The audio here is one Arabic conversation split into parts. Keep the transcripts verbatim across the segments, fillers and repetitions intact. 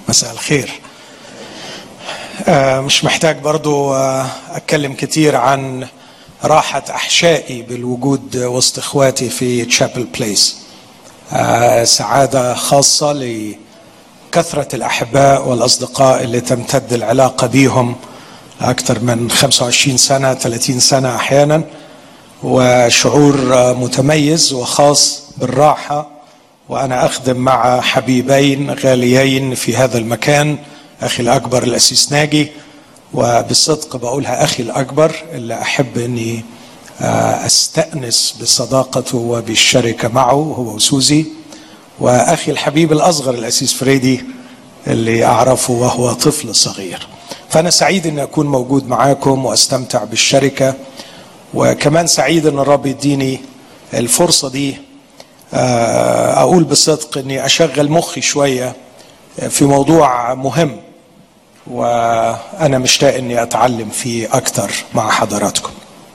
مساء الخير. مش محتاج برضو أتكلم كتير عن راحة أحشائي بالوجود وسط إخواتي في تشابل بليس. سعادة خاصة لكثرة الأحباء والأصدقاء اللي تمتد العلاقة بيهم أكثر من خمسة وعشرين سنة ثلاثين سنة أحيانا، وشعور متميز وخاص بالراحة وأنا أخدم مع حبيبين غاليين في هذا المكان، أخي الأكبر الأسيس ناجي، وبالصدق بقولها أخي الأكبر اللي أحب أني أستأنس بصداقته وبالشركة معه هو وسوزي، وأخي الحبيب الأصغر الأسيس فريدي اللي أعرفه وهو طفل صغير. فأنا سعيد أن أكون موجود معاكم وأستمتع بالشركة، وكمان سعيد أن الرب يديني الفرصة دي أقول بصدق أني أشغل مخي شوية في موضوع مهم، وأنا مشتاق أني أتعلم فيه أكتر مع حضراتكم.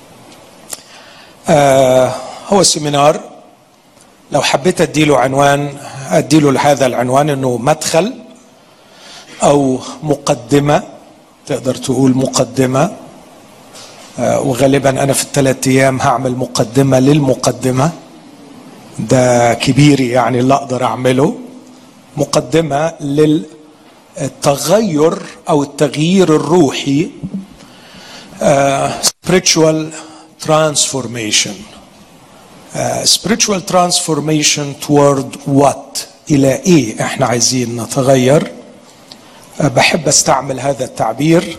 هو سيمينار لو حبيت أديله عنوان أديله لهذا العنوان أنه مدخل أو مقدمة، تقدر تقول مقدمة، وغالبا أنا في الثلاث أيام هعمل مقدمة للمقدمة، ده كبيري يعني اللي أقدر أعمله، مقدمة للتغير أو التغيير الروحي، uh, spiritual transformation. uh, spiritual transformation toward what؟ إلى إيه إحنا عايزين نتغير؟ uh, بحب أستعمل هذا التعبير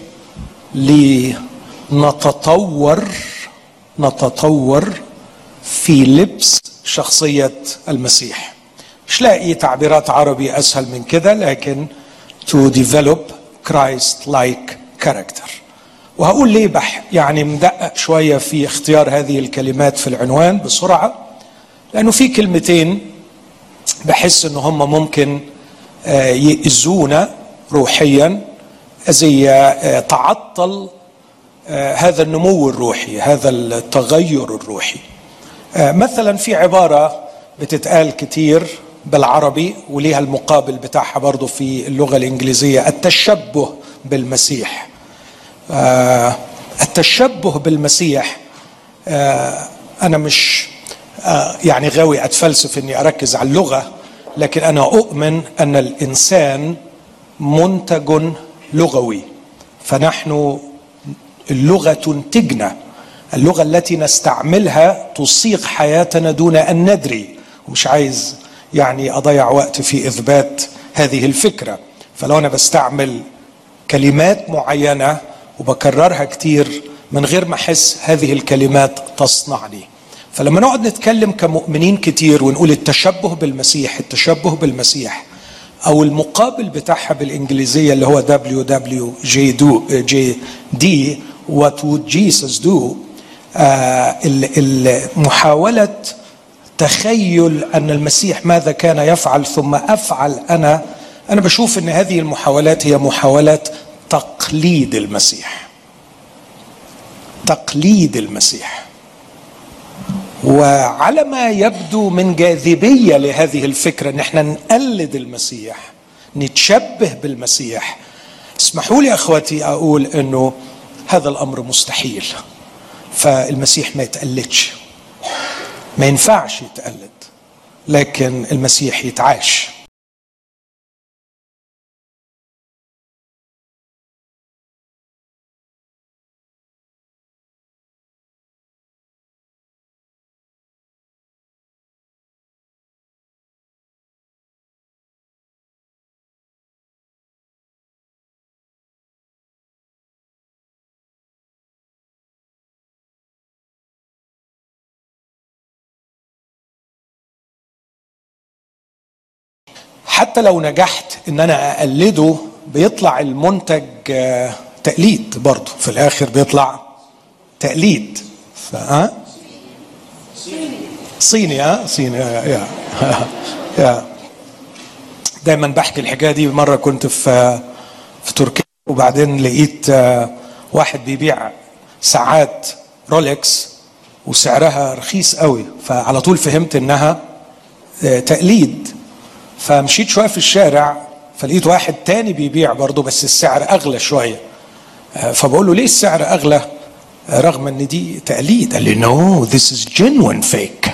لنتطور نتطور في لبس شخصية المسيح. مش لاقي تعبيرات عربي أسهل من كده، لكن to develop Christ-like character. وهقول ليه بح يعني مدقق شوية في اختيار هذه الكلمات في العنوان بسرعة، لأنه في كلمتين بحس إن هم ممكن يأذونا روحيا، زي تعطل هذا النمو الروحي، هذا التغير الروحي. مثلا في عبارة بتتقال كتير بالعربي وليها المقابل بتاعها برضو في اللغة الإنجليزية، التشبه بالمسيح. آه التشبه بالمسيح، آه أنا مش آه يعني غاوي أتفلسف أني أركز على اللغة، لكن أنا أؤمن أن الإنسان منتج لغوي، فنحن اللغة تنتجنا، اللغة التي نستعملها تصيغ حياتنا دون أن ندري. ومش عايز يعني أضيع وقت في إثبات هذه الفكرة، فلو أنا بستعمل كلمات معينة وبكررها كتير من غير ما أحس، هذه الكلمات تصنعني. فلما نقعد نتكلم كمؤمنين كتير ونقول التشبه بالمسيح التشبه بالمسيح، أو المقابل بتاعها بالإنجليزية اللي هو دبليو دبليو جي دي What would Jesus do؟ آه محاولة تخيل أن المسيح ماذا كان يفعل ثم أفعل أنا. أنا بشوف أن هذه المحاولات هي محاولات تقليد المسيح، تقليد المسيح. وعلى ما يبدو من جاذبية لهذه الفكرة أن احنا نقلد المسيح، نتشبه بالمسيح، اسمحوا لي أخواتي أقول أنه هذا الأمر مستحيل. فالمسيح ما يتقلدش، ما ينفعش يتقلد، لكن المسيح يتعاش. حتى لو نجحت ان انا اقلده بيطلع المنتج تقليد، برضه في الاخر بيطلع تقليد. فها صيني ها صيني يا يا دايما بحكي الحكايه دي. مره كنت في في تركيا، وبعدين لقيت واحد بيبيع ساعات رولكس وسعرها رخيص قوي، فعلى طول فهمت انها تقليد. فمشيت شويه في الشارع فلقيت واحد تاني بيبيع برضه بس السعر اغلى شويه، فبقول له ليه السعر اغلى رغم ان دي تقليد؟ قال لي نو ذيس از جينوين فيك.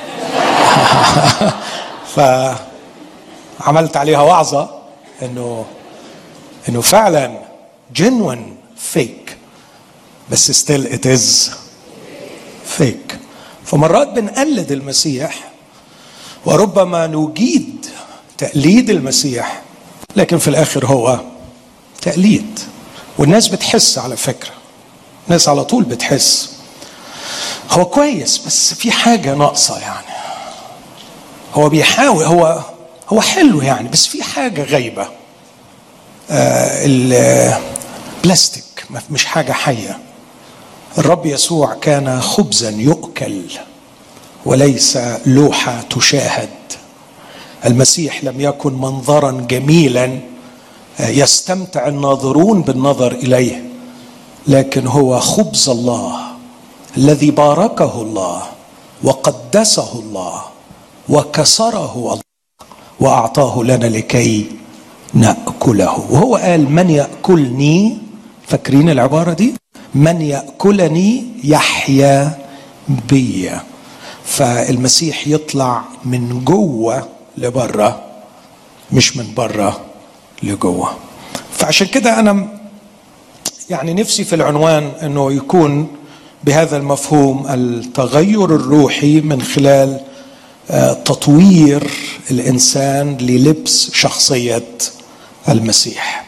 فعملت عليها وعظه انه انه فعلا جينوين فيك بس ستيل ات از فيك. فمرات بنقلد المسيح وربما نجيد تقليد المسيح، لكن في الاخر هو تقليد. والناس بتحس، على فكره الناس على طول بتحس هو كويس بس في حاجه ناقصه، يعني هو بيحاول، هو هو حلو يعني بس في حاجه غايبه. آه البلاستيك مش حاجه حيه. الرب يسوع كان خبزا يؤكل وليس لوحه تشاهد. المسيح لم يكن منظرا جميلا يستمتع الناظرون بالنظر اليه، لكن هو خبز الله الذي باركه الله وقدسه الله وكسره الله واعطاه لنا لكي ناكله. وهو قال من ياكلني، فاكرين العباره دي؟ من ياكلني يحيا بي. فالمسيح يطلع من جوه لبره مش من بره لجوه. فعشان كده انا يعني نفسي في العنوان انه يكون بهذا المفهوم التغير الروحي من خلال تطوير الانسان للبس شخصيه المسيح.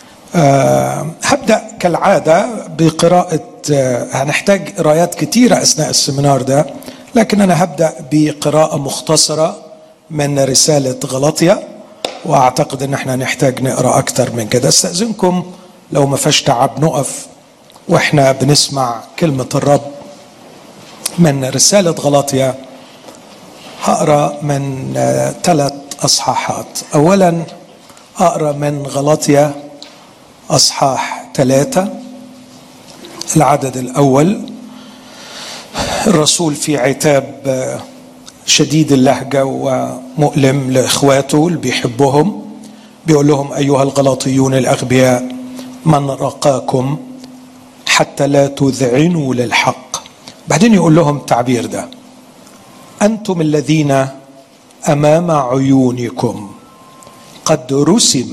هبدا كالعاده بقراءه، هنحتاج قراءات كثيره اثناء السمينار ده، لكن انا هبدا بقراءه مختصره من رساله غلاطيا، واعتقد ان احنا نحتاج نقرا اكتر من كده. استاذنكم لو ما فيش تعب نقف واحنا بنسمع كلمه الرب من رساله غلاطيا. هقرا من ثلاث اصحاحات. اولا اقرا من غلاطيا اصحاح ثلاثة العدد الاول. الرسول في عتاب شديد اللهجة ومؤلم لإخواته اللي بيحبهم، بيقول لهم أيها الغلاطيون الأغبياء من رقاكم حتى لا تذعنوا للحق. بعدين يقول لهم التعبير ده: أنتم الذين أمام عيونكم قد رسم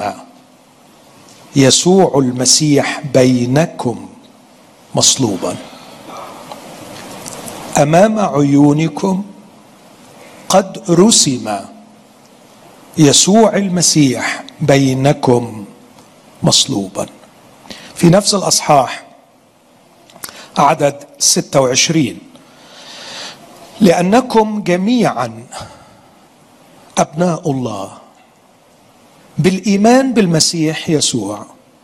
يسوع المسيح بينكم مصلوبا. أمام عيونكم قد رسم يسوع المسيح بينكم مصلوبا. في نفس الأصحاح عدد ستة وعشرين: لأنكم جميعا أبناء الله بالإيمان بالمسيح يسوع،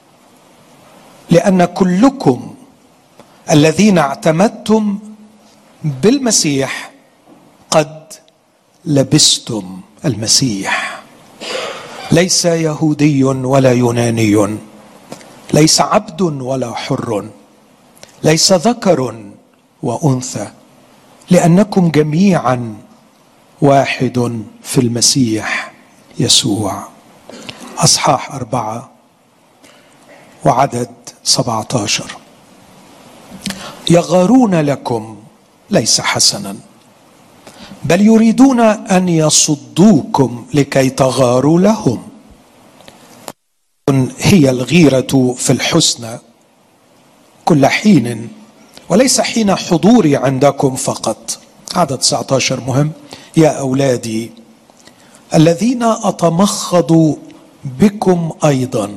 لأن كلكم الذين اعتمدتم بالمسيح قد لبستم المسيح. ليس يهودي ولا يوناني، ليس عبد ولا حر، ليس ذكر وأنثى، لأنكم جميعا واحد في المسيح يسوع. أصحاح أربعة وعدد سبعة عشر: يغارون لكم ليس حسنا، بل يريدون أن يصدوكم لكي تغاروا لهم. هي الغيرة في الحسنى كل حين وليس حين حضوري عندكم فقط. عدد تسعة عشر مهم: يا أولادي الذين أتمخض بكم أيضا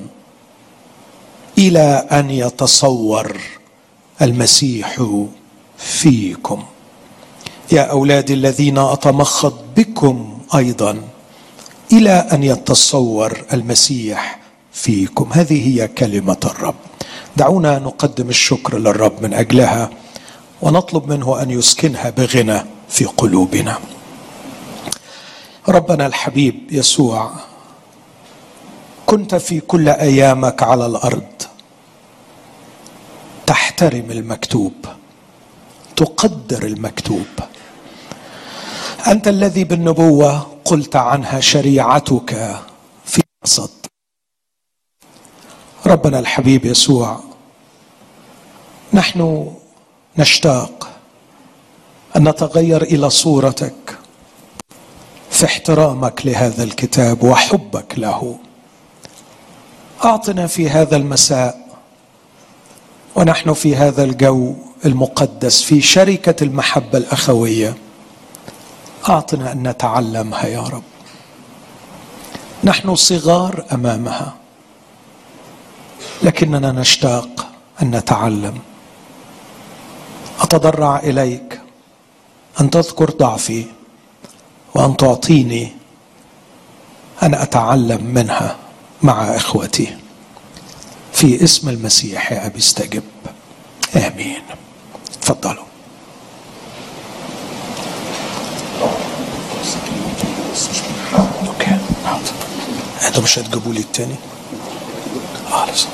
إلى أن يتصور المسيح فيكم. يا أولادي الذين أتمخض بكم أيضا إلى أن يتصور المسيح فيكم. هذه هي كلمة الرب. دعونا نقدم الشكر للرب من أجلها ونطلب منه أن يسكنها بغنى في قلوبنا. ربنا الحبيب يسوع، كنت في كل أيامك على الأرض تحترم المكتوب، تقدر المكتوب. أنت الذي بالنبوة قلت عنها شريعتك في وسط ربنا الحبيب يسوع، نحن نشتاق أن نتغير إلى صورتك في احترامك لهذا الكتاب وحبك له. أعطنا في هذا المساء ونحن في هذا الجو المقدس في شركة المحبة الأخوية، أعطنا أن نتعلمها يا رب. نحن صغار أمامها، لكننا نشتاق أن نتعلم. أتضرع إليك أن تذكر ضعفي وأن تعطيني أن أتعلم منها مع إخوتي. في اسم المسيح يا أبي استجب، آمين. تفضلوا. أوكي، أنتوا مش هتجيبوا لي التاني؟ آه لسه.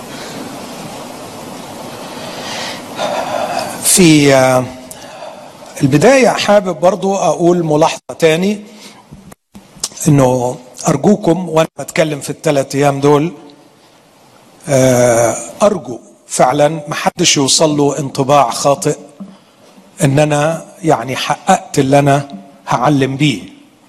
في البداية حابب برضو أقول ملاحظة تاني، إنه أرجوكم وأنا بتكلم في الثلاث أيام دول، أرجو فعلا محدش يوصل له انطباع خاطئ إن أنا يعني حققت اللي أنا هعلم بيه،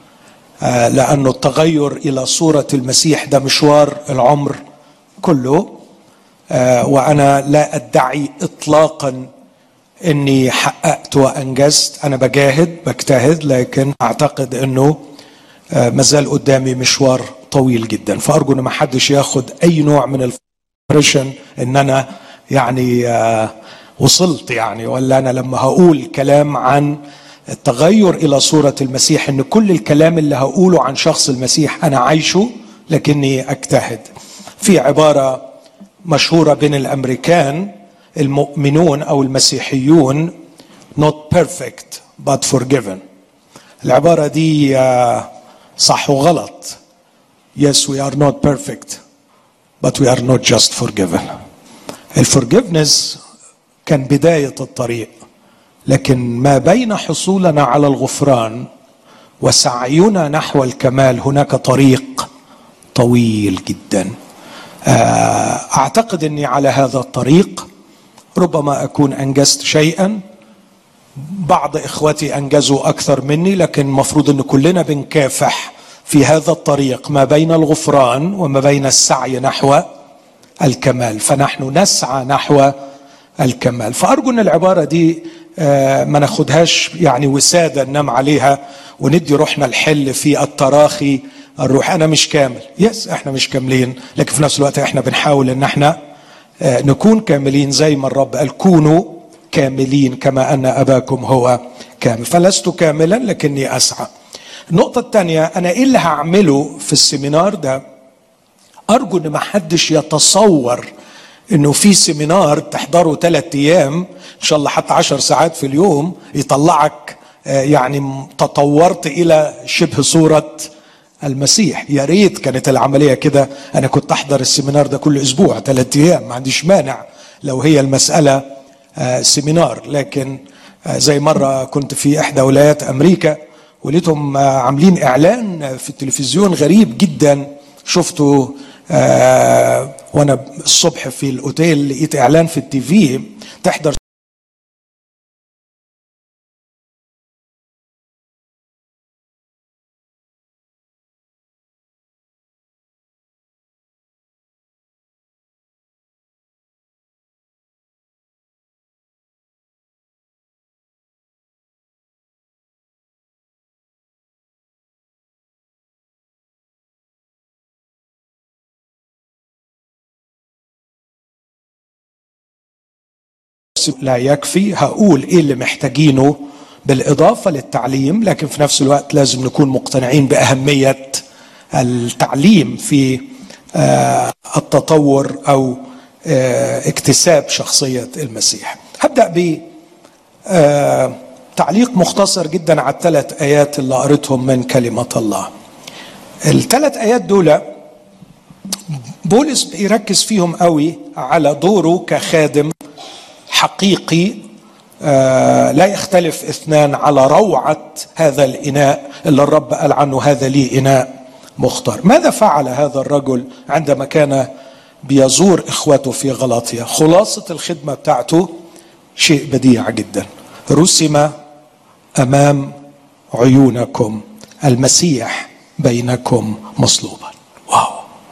لأنه التغير إلى صورة المسيح ده مشوار العمر كله، وأنا لا أدعي إطلاقا إني حققت وأنجزت. أنا بجاهد بجتهد، لكن أعتقد إنه مازال قدامي مشوار طويل جدا. فأرجو إن ما حدش ياخد أي نوع من الفريشن إن أنا يعني وصلت يعني، ولا أنا لما هقول كلام عن التغير إلى صورة المسيح إن كل الكلام اللي هقوله عن شخص المسيح أنا عايشه، لكني أجتهد. في عبارة مشهورة بين الأمريكان المؤمنون أو المسيحيون not perfect but forgiven. العبارة دي صح وغلط. Yes, we are not perfect but we are not just forgiven. الforgiveness كان بداية الطريق، لكن ما بين حصولنا على الغفران وسعينا نحو الكمال هناك طريق طويل جدا. أعتقد أني على هذا الطريق ربما أكون أنجزت شيئا، بعض إخوتي أنجزوا أكثر مني، لكن مفروض أن كلنا بنكافح في هذا الطريق ما بين الغفران وما بين السعي نحو الكمال، فنحن نسعى نحو الكمال. فأرجو أن العبارة دي ما ناخدهاش يعني وسادة ننام عليها وندي روحنا الحل في التراخي الروح. أنا مش كامل، يس احنا مش كاملين، لكن في نفس الوقت احنا بنحاول ان احنا نكون كاملين زي ما الرب قال كونوا كاملين كما أن أباكم هو كامل. فلست كاملا لكني أسعى. النقطة الثانية، أنا إيه اللي هعمله في السيمينار ده؟ أرجو أن ما حدش يتصور أنه في سيمينار تحضره ثلاثة أيام إن شاء الله حتى عشر ساعات في اليوم يطلعك يعني تطورت إلى شبه صورة المسيح. يا ريت كانت العملية كده، أنا كنت أحضر السيمينار ده كل أسبوع ثلاثة أيام، ما عنديش مانع لو هي المسألة سيمينار. لكن زي مرة كنت في إحدى ولايات أمريكا وليتهم عاملين إعلان في التلفزيون غريب جدا، شفته وأنا الصبح في الأوتيل لقيت إعلان في التي في تحضر لا يكفي. هقول ايه اللي محتاجينه بالاضافه للتعليم، لكن في نفس الوقت لازم نكون مقتنعين باهميه التعليم في التطور او اكتساب شخصيه المسيح. هبدا بتعليق مختصر جدا على الثلاث ايات اللي قريتهم من كلمه الله. الثلاث ايات دول بولس بيركز فيهم قوي على دوره كخادم حقيقي، آه لا يختلف اثنان على روعة هذا الإناء اللي الرب قال عنه هذا لي إناء مختار. ماذا فعل هذا الرجل عندما كان بيزور إخوته في غلاطيا. خلاصة الخدمة بتاعته شيء بديع جدا: رسم أمام عيونكم المسيح بينكم مصلوبا. واو!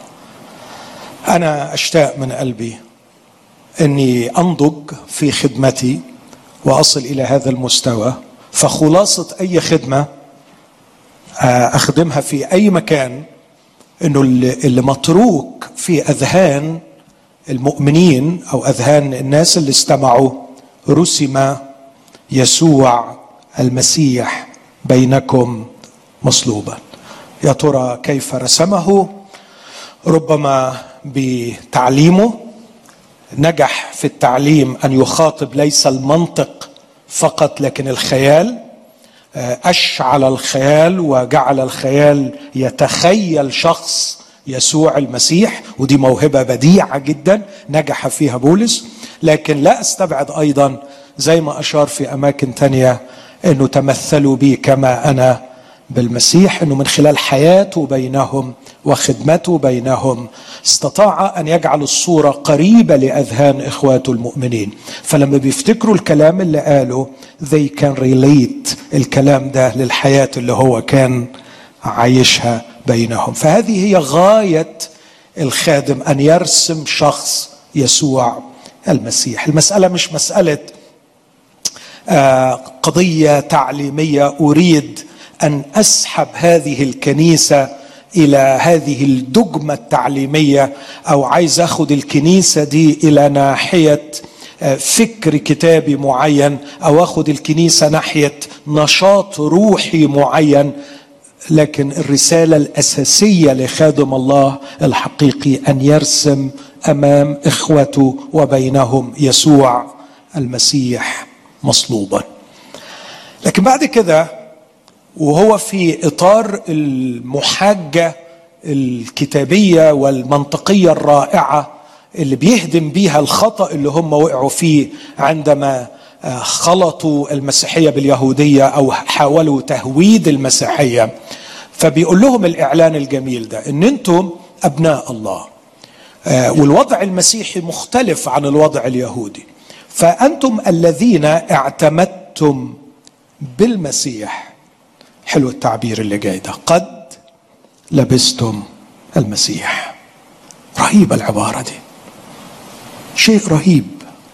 أنا أشتاق من قلبي أني أنضج في خدمتي وأصل إلى هذا المستوى. فخلاصة أي خدمة أخدمها في أي مكان أنه اللي متروك في أذهان المؤمنين أو أذهان الناس اللي استمعوا: رسم يسوع المسيح بينكم مصلوبا. يا ترى كيف رسمه؟ ربما بتعليمه. نجح في التعليم أن يخاطب ليس المنطق فقط لكن الخيال. أشعل الخيال وجعل الخيال يتخيل شخص يسوع المسيح، ودي موهبة بديعة جدا نجح فيها بولس. لكن لا أستبعد أيضا زي ما أشار في أماكن تانية أنه تمثلوا بي كما أنا بالمسيح، أنه من خلال حياته بينهم وخدمته بينهم استطاع أن يجعل الصورة قريبة لأذهان إخواته المؤمنين. فلما بيفتكروا الكلام اللي قاله they can relate الكلام ده للحياة اللي هو كان عايشها بينهم. فهذه هي غاية الخادم، أن يرسم شخص يسوع المسيح. المسألة مش مسألة قضية تعليمية أريد أن أسحب هذه الكنيسة إلى هذه الدجمة التعليمية، أو عايز أخذ الكنيسة دي إلى ناحية فكر كتابي معين، أو أخذ الكنيسة ناحية نشاط روحي معين. لكن الرسالة الأساسية لخادم الله الحقيقي أن يرسم أمام إخوته وبينهم يسوع المسيح مصلوبا. لكن بعد كده وهو في إطار المحاجة الكتابية والمنطقية الرائعة اللي بيهدم بيها الخطأ اللي هم وقعوا فيه عندما خلطوا المسيحية باليهودية أو حاولوا تهويد المسيحية، فبيقول لهم الإعلان الجميل ده: إن أنتم أبناء الله، والوضع المسيحي مختلف عن الوضع اليهودي، فأنتم الذين اعتمدتم بالمسيح. حلو التعبير اللي جاي ده: قد لبستم المسيح. رهيبة العبارة دي، شيء رهيب.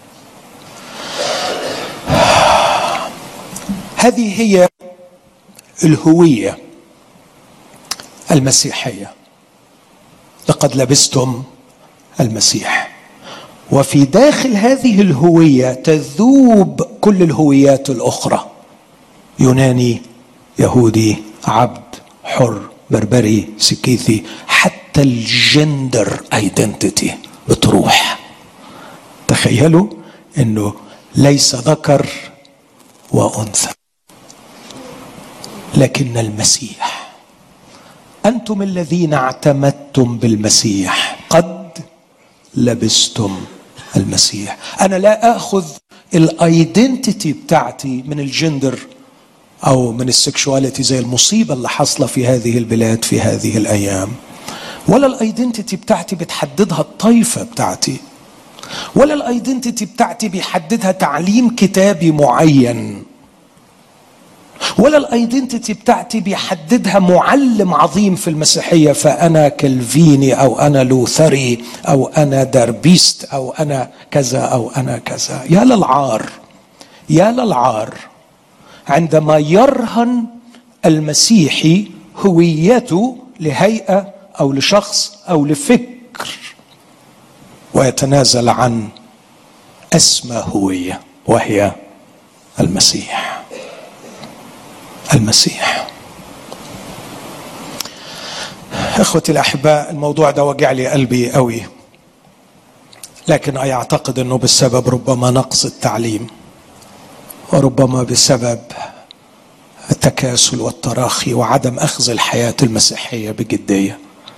هذه هي الهوية المسيحية، لقد لبستم المسيح. وفي داخل هذه الهوية تذوب كل الهويات الأخرى: يوناني، يهودي، عبد، حر، بربري، سكيثي، حتى الجندر ايدنتيتي بتروح. تخيلوا انه ليس ذكر وانثى لكن المسيح. انتم الذين اعتمدتم بالمسيح قد لبستم المسيح. انا لا اخذ الايدنتيتي بتاعتي من الجندر أو من السكشواليتي زي المصيبة اللي حصلة في هذه البلاد في هذه الأيام، ولا الايدنتيتي بتاعتي بتحددها الطائفة بتاعتي، ولا الايدنتيتي بتاعتي بيحددها تعليم كتابي معين، ولا الايدنتيتي بتاعتي بيحددها معلم عظيم في المسيحية، فأنا كالفيني أو أنا لوثري أو أنا دربيست أو أنا كذا أو أنا كذا. يا للعار، يا للعار عندما يرهن المسيحي هويته لهيئة أو لشخص أو لفكر ويتنازل عن أسمى هوية وهي المسيح. المسيح. اخوتي الاحباء، الموضوع ده وجع لي قلبي قوي، لكن اعتقد انه بسبب ربما نقص التعليم، وربما بسبب التكاسل والتراخي وعدم اخذ الحياة المسيحية بجدية.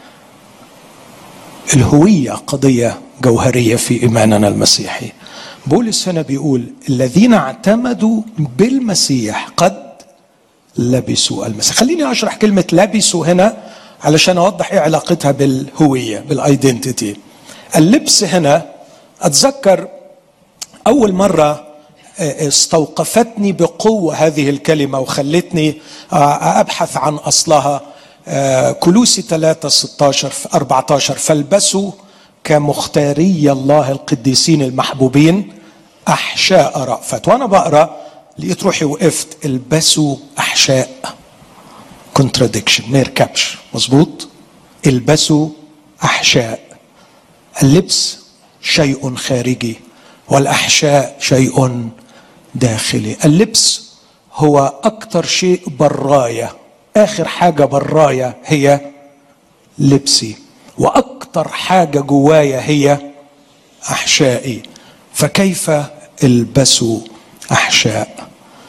الهوية قضية جوهرية في ايماننا المسيحي. بولس هنا بيقول الذين اعتمدوا بالمسيح قد لبسوا المسيح. خليني اشرح كلمة لبسوا هنا علشان اوضح ايه علاقتها بالهوية، بالايدنتيتي. اللبس هنا أتذكر أول مرة استوقفتني بقوة هذه الكلمة وخلتني أبحث عن أصلها. كولوسي ثلاثة ستة عشر أربعة عشر فالبسوا كمختاري الله القديسين المحبوبين أحشاء رأفت. وأنا بقرأ لقيت روحي وقفت، البسوا أحشاء، كونتراديكشن، ما يركبش مظبوط. البسوا أحشاء، اللبس شيء خارجي والأحشاء شيء داخلي. اللبس هو أكتر شيء براية، آخر حاجة براية هي لبسي، وأكتر حاجة جوايا هي أحشائي. فكيف البسوا أحشاء؟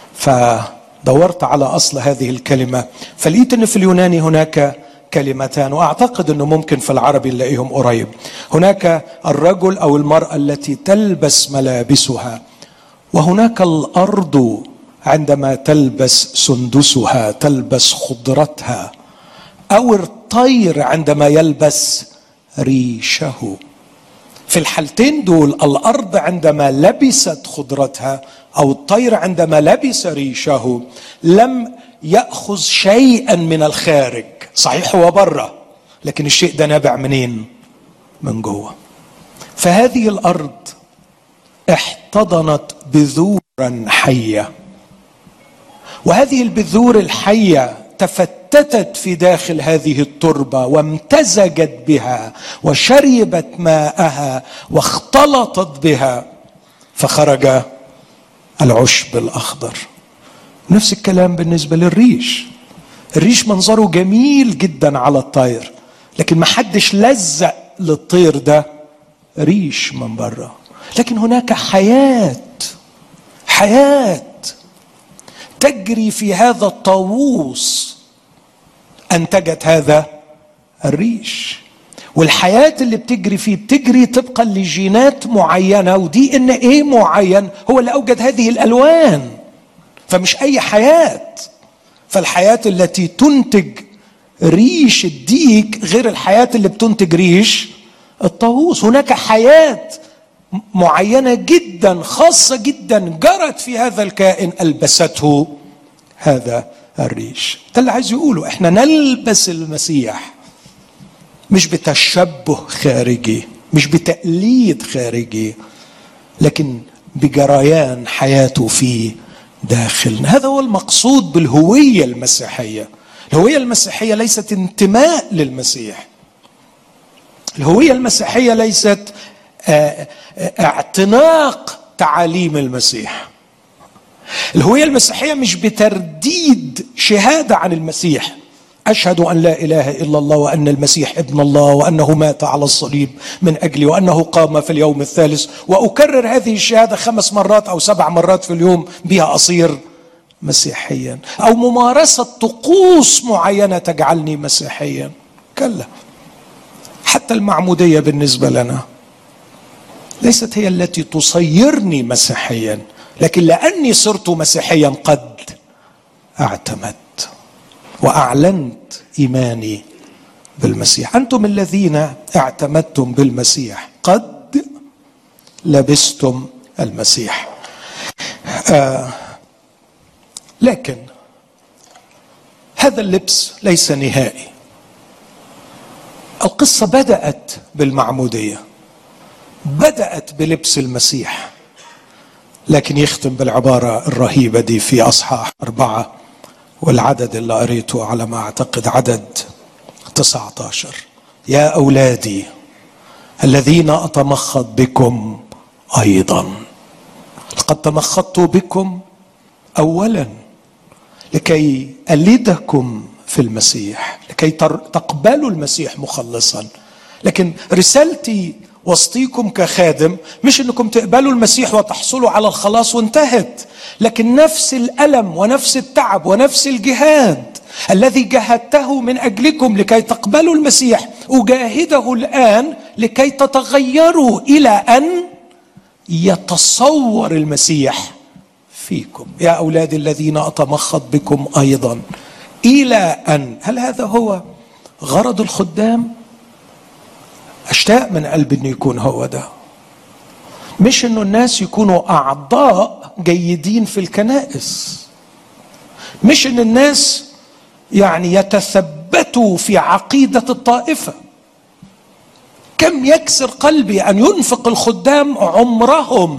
فدورت على أصل هذه الكلمة فلقيت أن في اليوناني هناك كلمتان، وأعتقد أنه ممكن في العربي نلاقيهم قريب. هناك الرجل أو المرأة التي تلبس ملابسها، وهناك الأرض عندما تلبس سندسها، تلبس خضرتها، أو الطير عندما يلبس ريشه. في الحالتين دول الأرض عندما لبست خضرتها أو الطير عندما لبس ريشه لم يأخذ شيئا من الخارج. صحيح هو بره، لكن الشيء ده نابع منين؟ من جوه. فهذه الأرض احتضنت بذورا حية، وهذه البذور الحية تفتتت في داخل هذه التربة وامتزجت بها وشربت ماءها واختلطت بها، فخرج العشب الأخضر. نفس الكلام بالنسبة للريش. الريش منظره جميل جدا على الطير، لكن ما حدش لزق للطير ده ريش من بره، لكن هناك حياة حياة تجري في هذا الطاووس أنتجت هذا الريش. والحياة اللي بتجري فيه بتجري طبقا لجينات معينة، ودي إن إيه معين هو اللي أوجد هذه الألوان، فمش أي حياة. فالحياة التي تنتج ريش الديك غير الحياة اللي بتنتج ريش الطاووس. هناك حياة معينة جدا خاصة جدا جرت في هذا الكائن ألبسته هذا الريش. ده اللي عايز يقوله، احنا نلبس المسيح مش بتشبه خارجي، مش بتقليد خارجي، لكن بجريان حياته في داخلنا. هذا هو المقصود بالهوية المسيحية. الهوية المسيحية ليست انتماء للمسيح، الهوية المسيحية ليست اعتناق تعاليم المسيح. الهوية المسيحية مش بترديد شهادة عن المسيح، أشهد أن لا إله إلا الله وأن المسيح ابن الله وأنه مات على الصليب من أجلي وأنه قام في اليوم الثالث، وأكرر هذه الشهادة خمس مرات أو سبع مرات في اليوم بها أصير مسيحيا، أو ممارسة طقوس معينة تجعلني مسيحيا. كلا، حتى المعمودية بالنسبة لنا ليست هي التي تصيرني مسيحيا، لكن لأني صرت مسيحيا قد اعتمدت وأعلنت إيماني بالمسيح. أنتم الذين اعتمدتم بالمسيح قد لبستم المسيح. آه لكن هذا اللبس ليس نهائي. القصة بدأت بالمعمودية، بدأت بلبس المسيح، لكن يختم بالعبارة الرهيبة دي في أصحاح أربعة، والعدد اللي قريته على ما أعتقد عدد تسعة عشر: يا أولادي الذين أتمخض بكم أيضا، لقد تمخضت بكم أولا لكي ألدكم في المسيح، لكي تقبلوا المسيح مخلصا. لكن رسالتي وسطيكم كخادم مش انكم تقبلوا المسيح وتحصلوا على الخلاص وانتهت، لكن نفس الألم ونفس التعب ونفس الجهاد الذي جاهدته من أجلكم لكي تقبلوا المسيح أجاهده الآن لكي تتغيروا إلى أن يتصور المسيح فيكم. يا أولادي الذين أتمخض بكم أيضا إلى أن، هل هذا هو غرض الخدام؟ اشتاق من قلبي انه يكون هو ده، مش انه الناس يكونوا اعضاء جيدين في الكنائس، مش ان الناس يعني يتثبتوا في عقيدة الطائفة. كم يكسر قلبي ان ينفق الخدام عمرهم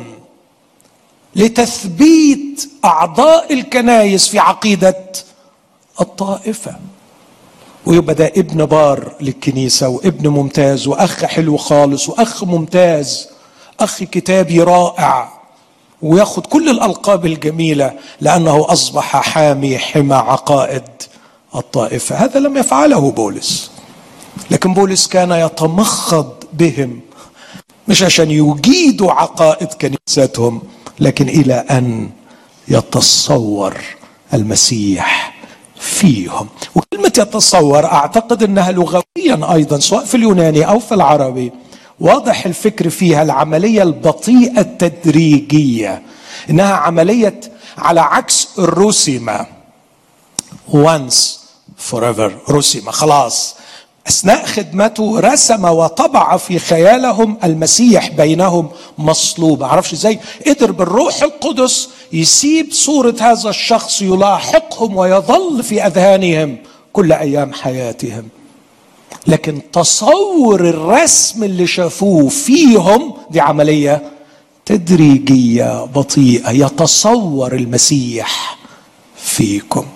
لتثبيت اعضاء الكنائس في عقيدة الطائفة، ويبقى ده ابن بار للكنيسة وابن ممتاز واخ حلو خالص واخ ممتاز، اخ كتابي رائع، وياخد كل الالقاب الجميلة لانه اصبح حامي حمى عقائد الطائفة. هذا لم يفعله بولس، لكن بولس كان يتمخض بهم، مش عشان يجيدوا عقائد كنيستهم، لكن الى ان يتصور المسيح فيهم. وكلمة يتصور اعتقد انها لغويا ايضا سواء في اليوناني او في العربي واضح الفكر فيها العملية البطيئة التدريجية، انها عملية على عكس الرسمة once forever، رسمة خلاص. اثناء خدمته رسم وطبع في خيالهم المسيح بينهم مصلوب. معرفش ازاي قدر بالروح القدس يسيب صورة هذا الشخص يلاحقهم ويظل في اذهانهم كل ايام حياتهم، لكن تصور الرسم اللي شافوه فيهم دي عملية تدريجية بطيئة. يتصور المسيح فيكم.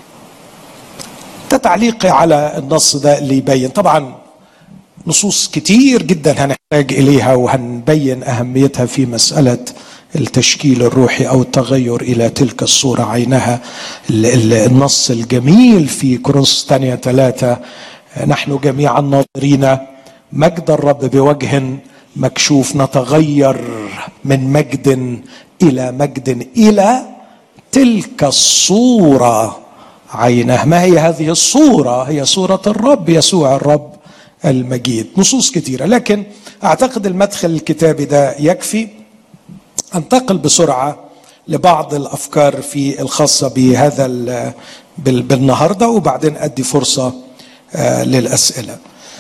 ده تعليقي على النص ده اللي يبين، طبعا نصوص كتير جدا هنحتاج إليها وهنبين أهميتها في مسألة التشكيل الروحي أو التغير إلى تلك الصورة عينها. النص الجميل في كورنثوس الثانية ثلاثة، نحن جميعا ناظرين مجد الرب بوجه مكشوف نتغير من مجد إلى مجد إلى تلك الصورة عينه. ما هي هذه الصورة؟ هي صورة الرب يسوع الرب المجيد. نصوص كثيرة، لكن أعتقد المدخل الكتابي ده يكفي. أنتقل بسرعة لبعض الأفكار في الخاصة بهذا بالنهاردة، وبعدين أدي فرصة آه للأسئلة.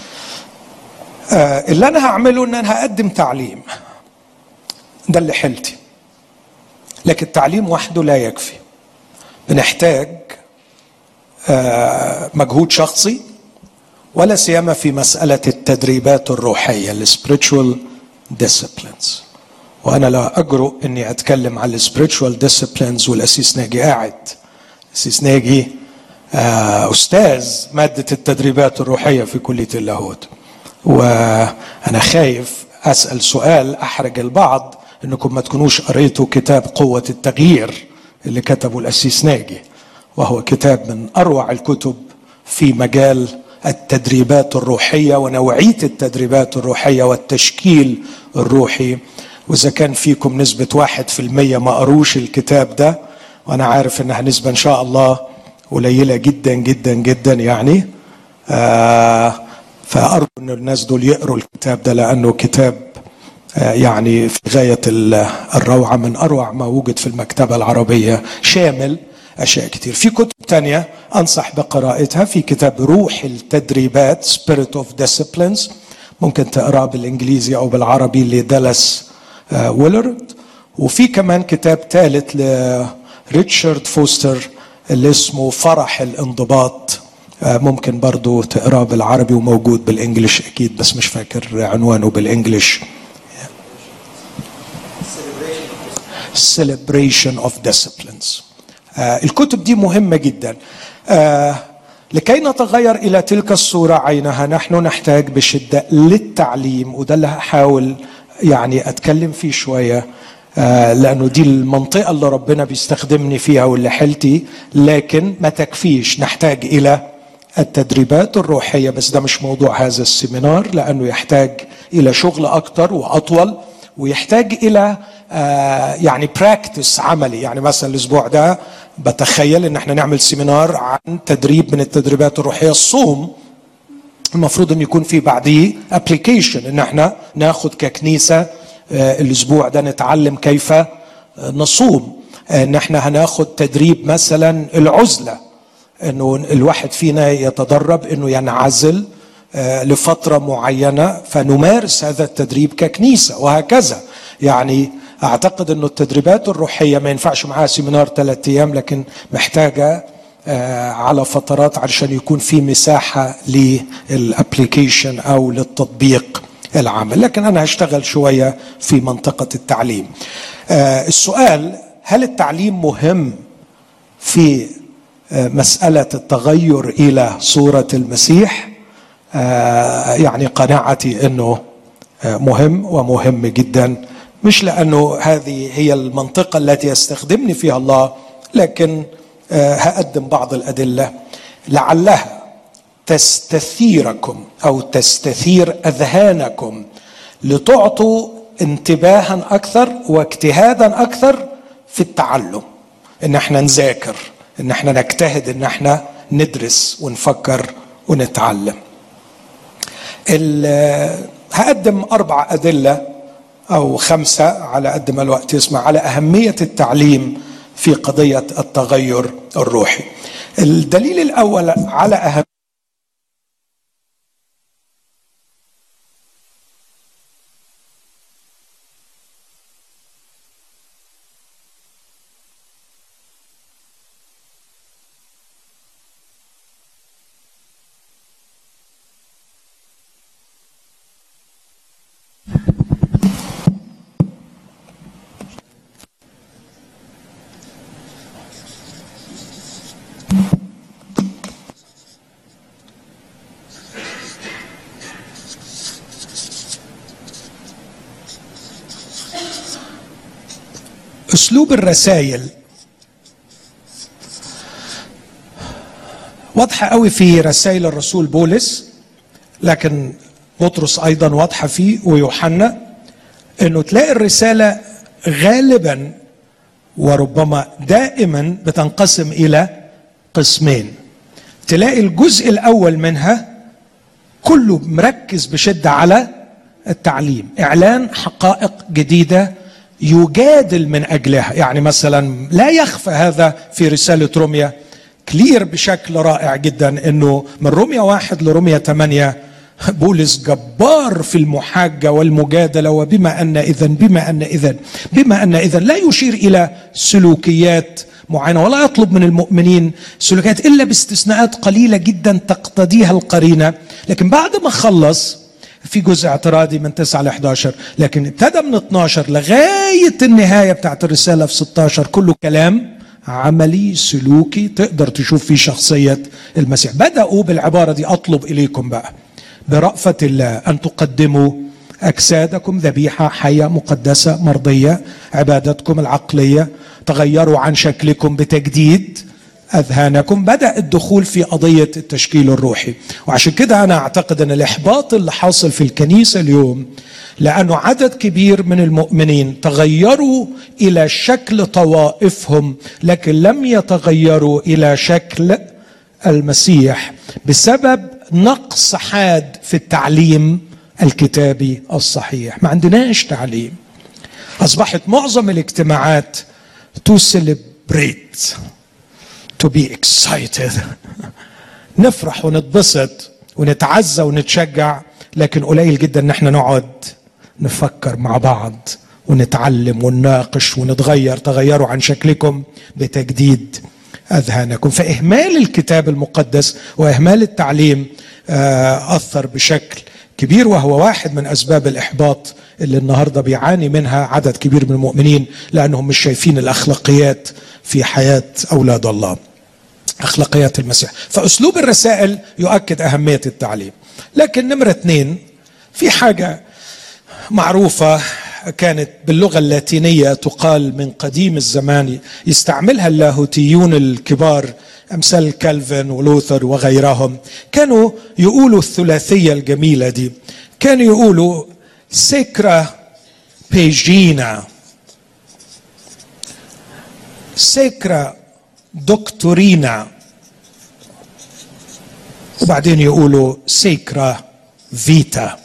آه اللي أنا هعمله أن أنا هقدم تعليم، ده اللي حلتي، لكن التعليم وحده لا يكفي. بنحتاج آه مجهود شخصي، ولا سيما في مسألة التدريبات الروحية ال spiritual disciplines. وأنا لا أجرؤ أني أتكلم عن ال spiritual disciplines والأسيس ناجي قاعد. أسيس ناجي آه أستاذ مادة التدريبات الروحية في كلية اللاهوت، وأنا خايف أسأل سؤال أحرج البعض أنكم ما تكونوش قريتوا كتاب قوة التغيير اللي كتبه الأسيس ناجي، وهو كتاب من أروع الكتب في مجال التدريبات الروحية ونوعية التدريبات الروحية والتشكيل الروحي. وإذا كان فيكم نسبة واحد في المية ما قروش الكتاب ده، وأنا عارف إنها نسبة إن شاء الله قليلة جدا جدا جدا يعني، آه فأرجو إن الناس دول يقروا الكتاب ده، لأنه كتاب آه يعني في غاية الروعة، من أروع ما وجد في المكتبة العربية، شامل أشياء كتير. في كتب تانية أنصح بقراءتها، في كتاب روح التدريبات Spirit of Disciplines، ممكن تقرأ بالإنجليزي أو بالعربي لدالاس آه ويلرد. وفي كمان كتاب ثالث لريتشارد فوستر اللي اسمه فرح الانضباط، آه ممكن برضو تقرأ بالعربي وموجود بالإنجليش أكيد، بس مش فاكر عنوانه بالإنجليش. Celebration of Disciplines. آه الكتب دي مهمة جدا. آه لكي نتغير إلى تلك الصورة عينها نحن نحتاج بشدة للتعليم، وده اللي هحاول يعني أتكلم فيه شوية، آه لأنه دي المنطقة اللي ربنا بيستخدمني فيها واللي حلتي، لكن ما تكفيش، نحتاج إلى التدريبات الروحية. بس ده مش موضوع هذا السيمينار، لأنه يحتاج إلى شغل أكتر وأطول، ويحتاج إلى آه يعني براكتس عملي. يعني مثلا الأسبوع ده بتخيل إن احنا نعمل سيمينار عن تدريب من التدريبات الروحية، الصوم. المفروض أن يكون في بعديه ابليكيشن، إن احنا ناخد ككنيسة آه الأسبوع ده نتعلم كيف آه نصوم. آه إن احنا هناخد تدريب مثلا العزلة، إنه الواحد فينا يتدرب إنه ينعزل لفترة معينة فنمارس هذا التدريب ككنيسة وهكذا. يعني أعتقد أنه التدريبات الروحية ما ينفعش معها سيمينار ثلاثة أيام، لكن محتاجة على فترات علشان يكون في مساحة للأبليكيشن أو للتطبيق العمل. لكن أنا هشتغل شوية في منطقة التعليم. السؤال: هل التعليم مهم في مسألة التغير إلى صورة المسيح؟ يعني قناعتي أنه مهم ومهم جدا، مش لأنه هذه هي المنطقة التي يستخدمني فيها الله، لكن هقدم بعض الأدلة لعلها تستثيركم أو تستثير أذهانكم لتعطوا انتباها أكثر واجتهادا أكثر في التعلم، إن احنا نذاكر، إن احنا نجتهد، إن احنا ندرس ونفكر ونتعلم. هقدم أربع أدلة أو خمسة على قد ما الوقت يسمع على أهمية التعليم في قضية التغير الروحي. الدليل الأول على أهمية أسلوب الرسائل واضحة قوي في رسائل الرسول بولس، لكن بطرس أيضا واضحة فيه ويوحنا، أنه تلاقي الرسالة غالبا وربما دائما بتنقسم إلى قسمين. تلاقي الجزء الأول منها كله مركز بشدة على التعليم، إعلان حقائق جديدة يجادل من أجلها. يعني مثلا لا يخفى هذا في رسالة روميا كلير بشكل رائع جدا، أنه من روميا واحد لروميا ثمانية بولس جبار في المحاجة والمجادلة، وبما أن إذن بما أن إذن بما أن إذن لا يشير إلى سلوكيات معينة ولا يطلب من المؤمنين سلوكيات إلا باستثناءات قليلة جدا تقتضيها القرينة. لكن بعد ما خلص في جزء اعتراضي من تسعة ل إحدى عشر، لكن ابتدى من اثني عشر لغاية النهاية بتاعت الرسالة في ستة عشر كله كلام عملي سلوكي تقدر تشوف فيه شخصية المسيح. بدأوا بالعبارة دي: أطلب إليكم بقى برأفة الله أن تقدموا أجسادكم ذبيحة حية مقدسة مرضية، عبادتكم العقلية، تغيروا عن شكلكم بتجديد أذهانكم. بدأ الدخول في قضية التشكيل الروحي. وعشان كده أنا أعتقد أن الإحباط اللي حاصل في الكنيسة اليوم لأنه عدد كبير من المؤمنين تغيروا إلى شكل طوائفهم لكن لم يتغيروا إلى شكل المسيح بسبب نقص حاد في التعليم الكتابي الصحيح. ما عندناش تعليم. أصبحت معظم الاجتماعات to celebrate, to be excited، نفرح ونتبسط ونتعزى ونتشجع، لكن قليل جدا ان احنا نقعد نفكر مع بعض ونتعلم ونناقش ونتغير. تغيروا عن شكلكم بتجديد أذهانكم. فإهمال الكتاب المقدس وإهمال التعليم أثر بشكل كبير، وهو واحد من أسباب الإحباط اللي النهاردة بيعاني منها عدد كبير من المؤمنين، لأنهم مش شايفين الأخلاقيات في حياة أولاد الله، أخلاقيات المسيح. فأسلوب الرسائل يؤكد أهمية التعليم. لكن نمرة اثنين، في حاجة معروفة كانت باللغة اللاتينية تقال من قديم الزمان، يستعملها اللاهوتيون الكبار أمثال كالفن ولوثر وغيرهم. كانوا يقولوا الثلاثية الجميلة دي، كانوا يقولوا سيكرا بيجينا، سيكرا دكتورينا، وبعدين يقولوا سيكرا فيتا.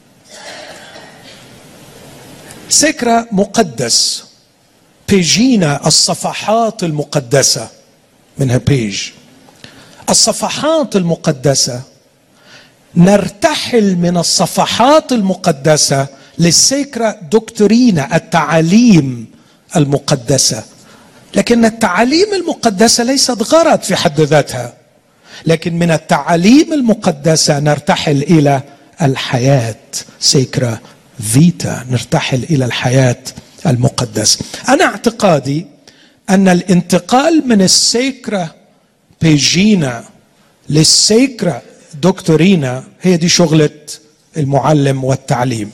سيكرا مقدس، بيجينا الصفحات المقدسة، منها بيج. الصفحات المقدسة نرتحل من الصفحات المقدسة للسيكرا دوكتورينا، التعاليم المقدسة. لكن التعاليم المقدسة ليست غرض في حد ذاتها، لكن من التعاليم المقدسة نرتحل إلى الحياة، سيكرا فيتا، نرتحل إلى الحياة المقدسة. أنا اعتقادي أن الانتقال من السيكرا بيجينا للسيكرا دكتورينا هي دي شغلة المعلم والتعليم.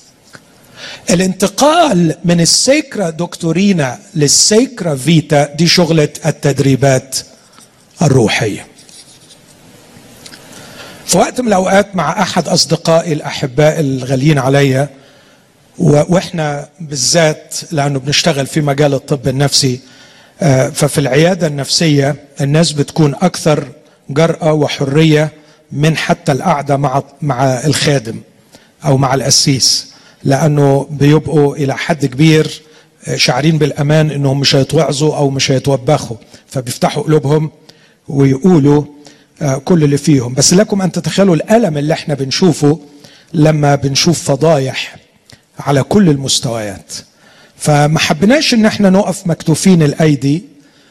الانتقال من السيكرا دكتورينا للسيكرا فيتا دي شغلة التدريبات الروحية. في وقت من الأوقات مع أحد أصدقائي الأحباء الغاليين عليا، وإحنا بالذات لأنه بنشتغل في مجال الطب النفسي، ففي العيادة النفسية الناس بتكون أكثر جرأة وحرية من حتى القعدة مع مع الخادم أو مع القسيس، لأنه بيبقوا إلى حد كبير شعرين بالأمان إنهم مش هيتوعظوا أو مش هيتوبخوا، فبيفتحوا قلوبهم ويقولوا كل اللي فيهم. بس لكم أن تتخيلوا الألم اللي احنا بنشوفه لما بنشوف فضايح على كل المستويات. فما حبناش ان احنا نقف مكتوفين الأيدي،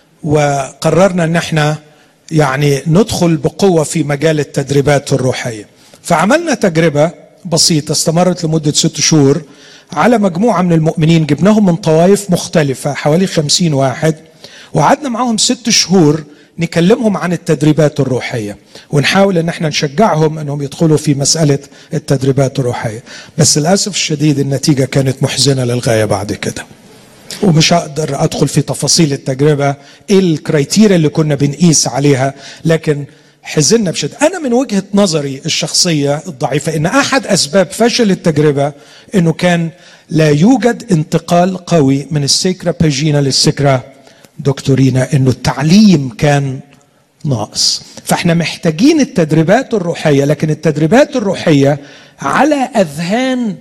وقررنا ان احنا يعني ندخل بقوة في مجال التدريبات الروحية. فعملنا تجربة بسيطة استمرت لمدة ست شهور على مجموعة من المؤمنين، جبناهم من طوائف مختلفة حوالي خمسين واحد، وقعدنا معهم ست شهور نكلمهم عن التدريبات الروحية، ونحاول ان احنا نشجعهم انهم يدخلوا في مسألة التدريبات الروحية. بس للأسف الشديد النتيجة كانت محزنة للغاية بعد كده، ومش هقدر ادخل في تفاصيل التجربة ايه الكرايتيريا اللي كنا بنقيس عليها، لكن حزننا بشدة. انا من وجهة نظري الشخصية الضعيفة ان احد اسباب فشل التجربة انه كان لا يوجد انتقال قوي من السيكرا بيجينا للسيكرا دكتورينا، انه التعليم كان ناقص. فاحنا محتاجين التدريبات الروحية، لكن التدريبات الروحية على اذهان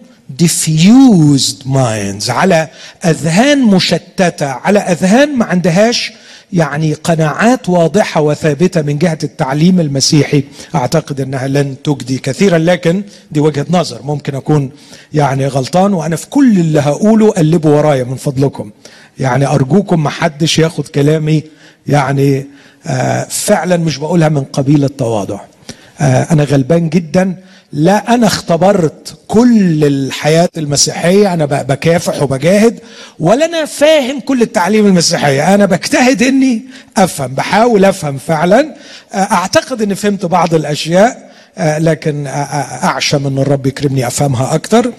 diffused minds، على اذهان مشتتة، على اذهان ما عندهاش يعني قناعات واضحة وثابتة من جهة التعليم المسيحي. اعتقد انها لن تجدي كثيرا، لكن دي وجهة نظر، ممكن اكون يعني غلطان، وانا في كل اللي هقوله قلبوا ورايا من فضلكم، يعني ارجوكم ما حدش ياخد كلامي يعني آه فعلا مش بقولها من قبيل التواضع. آه انا غلبان جدا، لا أنا اختبرت كل الحياة المسيحية، أنا بكافح وبجاهد، ولا أنا فاهم كل التعليم المسيحية، أنا بجتهد أني أفهم، بحاول أفهم فعلا. أعتقد أني فهمت بعض الأشياء، لكن أعشم أن الرب يكرمني أفهمها أكتر.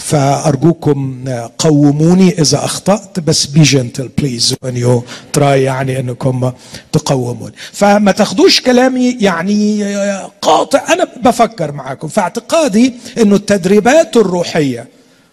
فأرجوكم قوموني إذا أخطأت، بس be gentle please when you try، يعني أنكم تقومون. فما تاخدوش كلامي يعني قاطع، أنا بفكر معاكم. فاعتقادي أنه التدريبات الروحية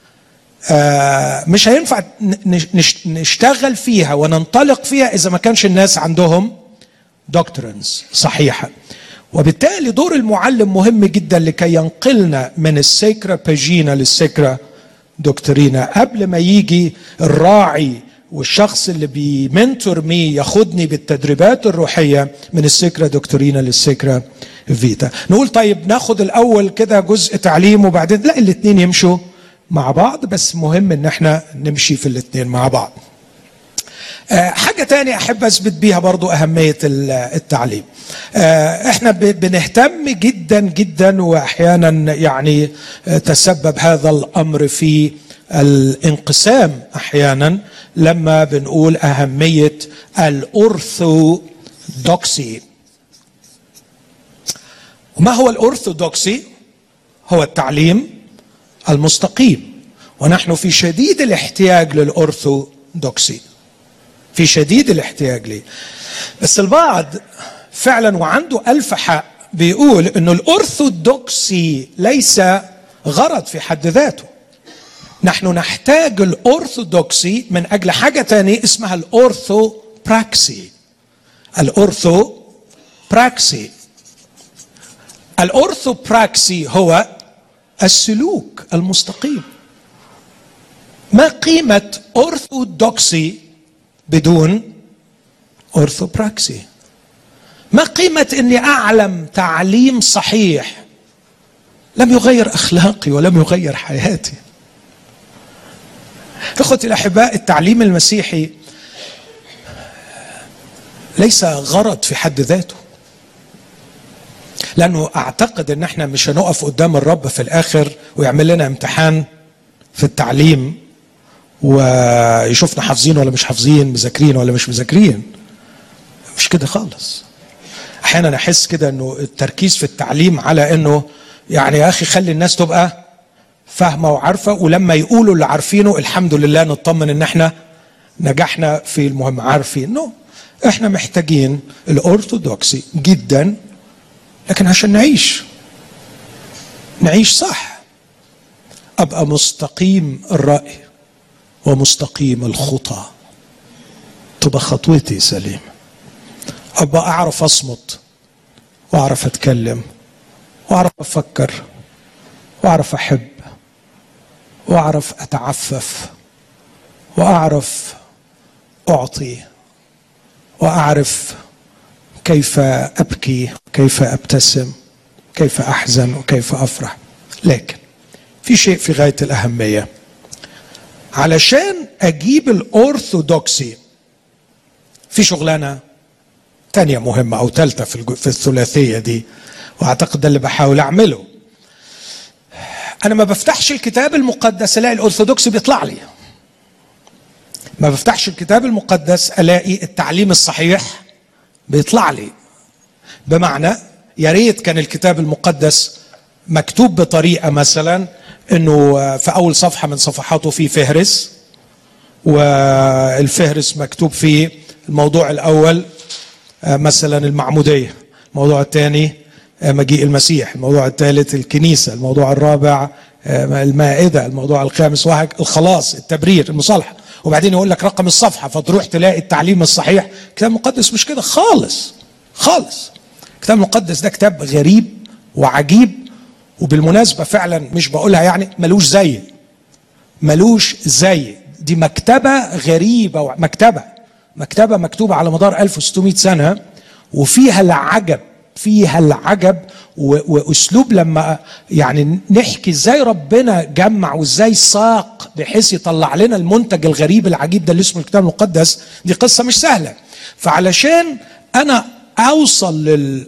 مش هينفع نشتغل فيها وننطلق فيها إذا ما كانش الناس عندهم doctrines صحيحة. وبالتالي دور المعلم مهم جدا لكي ينقلنا من السيكرا بيجينا للسيكرا دكتورينا، قبل ما يجي الراعي والشخص اللي بيمنتور مي ياخدني بالتدريبات الروحية من السيكرا دكتورينا للسيكرا فيتا. نقول طيب ناخد الأول كده جزء تعليم وبعدين لا، الاثنين يمشوا مع بعض، بس مهم ان احنا نمشي في الاثنين مع بعض. حاجة تانية أحب أثبت بيها برضو أهمية التعليم. احنا بنهتم جدا جدا، وأحيانا يعني تسبب هذا الأمر في الانقسام أحيانا لما بنقول أهمية الأورثودوكسي. وما هو الأورثودوكسي؟ هو التعليم المستقيم، ونحن في شديد الاحتياج للأورثودوكسي، في شديد الاحتياج ليه. بس البعض فعلا وعنده ألف حق بيقول انه الأورثودوكسي ليس غرض في حد ذاته. نحن نحتاج الأورثودوكسي من أجل حاجة تانية اسمها الأورثوبراكسي. الأورثوبراكسي الأورثوبراكسي هو السلوك المستقيم. ما قيمة أورثودوكسي بدون أورثوبراكسي؟ ما قيمة أني أعلم تعليم صحيح لم يغير أخلاقي ولم يغير حياتي. إخوتي الأحباء، التعليم المسيحي ليس غرض في حد ذاته، لأنه أعتقد أن احنا مش هنقف قدام الرب في الآخر ويعمل لنا امتحان في التعليم ويشوفنا حافظين ولا مش حافظين، مذاكرين ولا مش مذاكرين. مش كده خالص. أحيانا أحس كده أنه التركيز في التعليم على أنه يعني يا أخي خلي الناس تبقى فاهمة وعارفة، ولما يقولوا اللي عارفينه الحمد لله نطمن أن احنا نجحنا في المهم. عارفين نو احنا محتاجين الأرثوذكسي جدا، لكن عشان نعيش نعيش صح، أبقى مستقيم الرأي ومستقيم الخطى، تبقى خطوتي سليمة، أبقى أعرف أصمت وأعرف أتكلم وأعرف أفكر وأعرف أحب وأعرف أتعفف وأعرف أعطي وأعرف كيف أبكي، كيف أبتسم، كيف أحزن وكيف أفرح. لكن في شيء في غاية الأهمية، علشان أجيب الأرثوذكسي في شغلانة تانية مهمة أو ثالثة في الثلاثية دي، وأعتقد ده اللي بحاول أعمله. أنا ما بفتحش الكتاب المقدس ألاقي الأرثوذكسي بيطلع لي، ما بفتحش الكتاب المقدس ألاقي التعليم الصحيح بيطلع لي. بمعنى يا ريت كان الكتاب المقدس مكتوب بطريقة مثلا انه في اول صفحة من صفحاته في فهرس، والفهرس مكتوب فيه الموضوع الاول مثلا المعمودية، الموضوع الثاني مجيء المسيح، الموضوع الثالث الكنيسة، الموضوع الرابع المائدة، الموضوع الخامس وهك الخلاص، التبرير، المصالحة، وبعدين يقول لك رقم الصفحة فتروح تلاقي التعليم الصحيح. الكتاب المقدس مش كده خالص خالص. الكتاب المقدس ده كتاب غريب وعجيب، وبالمناسبة فعلا مش بقولها يعني ملوش زي، ملوش زي. دي مكتبة غريبة، مكتبة مكتبة مكتوبة على مدار ألف وستمائة سنة، وفيها العجب، فيها العجب وأسلوب لما يعني نحكي ازاي ربنا جمع وازاي ساق بحيث يطلع لنا المنتج الغريب العجيب ده اللي اسمه الكتاب المقدس. دي قصة مش سهلة. فعلشان أنا أوصل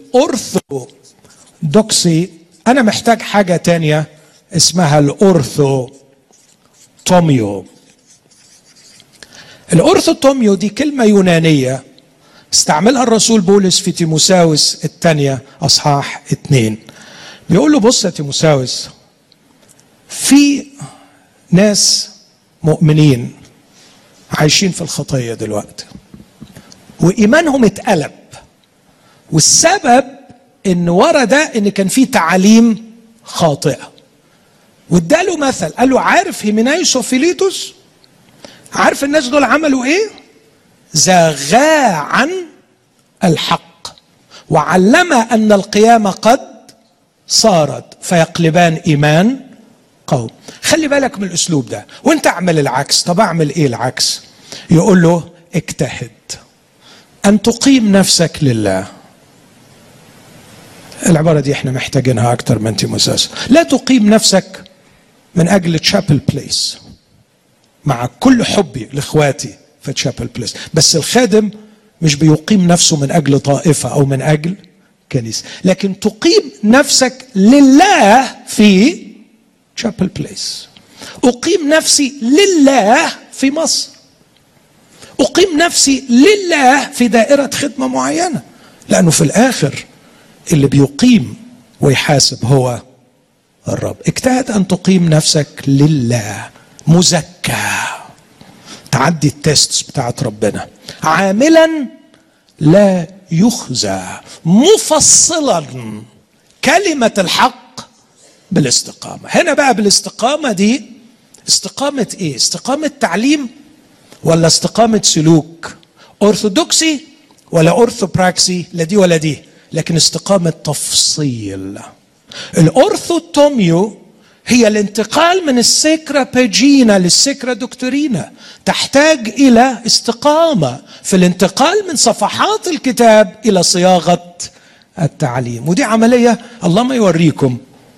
للأرثوذكسي أنا محتاج حاجة تانية اسمها الأورثوتوميو. الأورثوتوميو دي كلمة يونانية استعملها الرسول بولس في تيموثاوس الثانية أصحاح اتنين. بيقول له بص يا تيموثاوس، في ناس مؤمنين عايشين في الخطية دلوقتي وإيمانهم اتقلب، والسبب ان ورا ده ان كان في تعاليم خاطئه. واداله مثل، قال له عارف هيمنايوس وفيليتوس، عارف الناس دول عملوا ايه؟ زاغا عن الحق وعلما ان القيامه قد صارت فيقلبان ايمان قوم. خلي بالك من الاسلوب ده، وانت اعمل العكس. طب اعمل ايه العكس؟ يقول له اجتهد ان تقيم نفسك لله. العبارة دي احنا محتاجينها اكتر من تيموثاوس. لا تقيم نفسك من اجل تشابل بليس، مع كل حبي لاخواتي في تشابل بليس، بس الخادم مش بيقيم نفسه من اجل طائفة او من اجل كنيسة، لكن تقيم نفسك لله في تشابل بليس. اقيم نفسي لله في مصر، اقيم نفسي لله في دائرة خدمة معينة، لانه في الاخر اللي بيقيم ويحاسب هو الرب. اجتهد أن تقيم نفسك لله مزكى، تعدي التيست بتاعت ربنا، عاملا لا يخزى، مفصلا كلمة الحق بالاستقامة. هنا بقى بالاستقامة دي استقامة ايه؟ استقامة تعليم ولا استقامة سلوك؟ أرثوذكسي ولا أرثوبراكسي؟ لا دي ولا دي، لكن استقامة تفصيل. الأورثوتوميو هي الانتقال من السيكرا بيجينا للسيكرا دكتورينا، تحتاج إلى استقامة في الانتقال من صفحات الكتاب إلى صياغة التعليم. ودي عملية الله ما يوريكم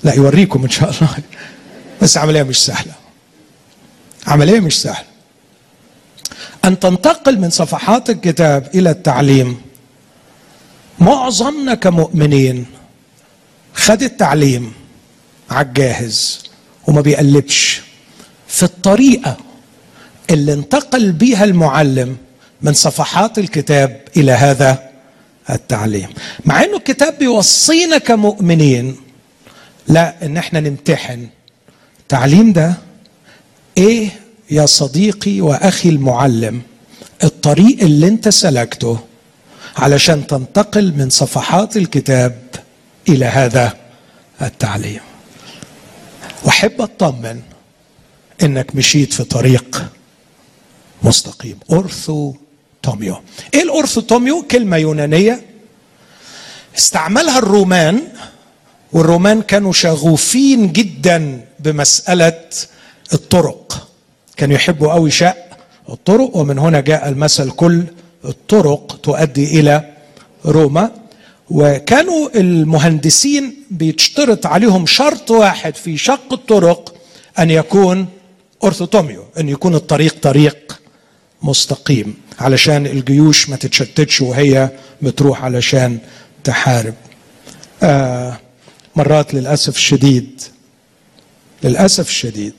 لا يوريكم ان شاء الله، بس عملية مش سهلة، عملية مش سهلة. ان تنتقل من صفحات الكتاب الى التعليم، معظمنا كمؤمنين خد التعليم على الجاهز وما بيقلبش في الطريقة اللي انتقل بيها المعلم من صفحات الكتاب إلى هذا التعليم. مع انه الكتاب بيوصينا كمؤمنين لا، ان احنا نمتحن التعليم ده ايه يا صديقي واخي المعلم، الطريق اللي انت سلكته علشان تنتقل من صفحات الكتاب الى هذا التعليم. واحب اطمن انك مشيت في طريق مستقيم. أورثوتوميو. ايه الأورثوتوميو؟ كلمة يونانية استعملها الرومان، والرومان كانوا شغوفين جدا بمسألة الطرق، كانوا يحبوا قوي شق الطرق، ومن هنا جاء المثل كل الطرق تؤدي إلى روما. وكانوا المهندسين بيشترط عليهم شرط واحد في شق الطرق، أن يكون أورثوتوميو، أن يكون الطريق طريق مستقيم علشان الجيوش ما تتشتتش وهي بتروح علشان تحارب. آه مرات للأسف الشديد للأسف الشديد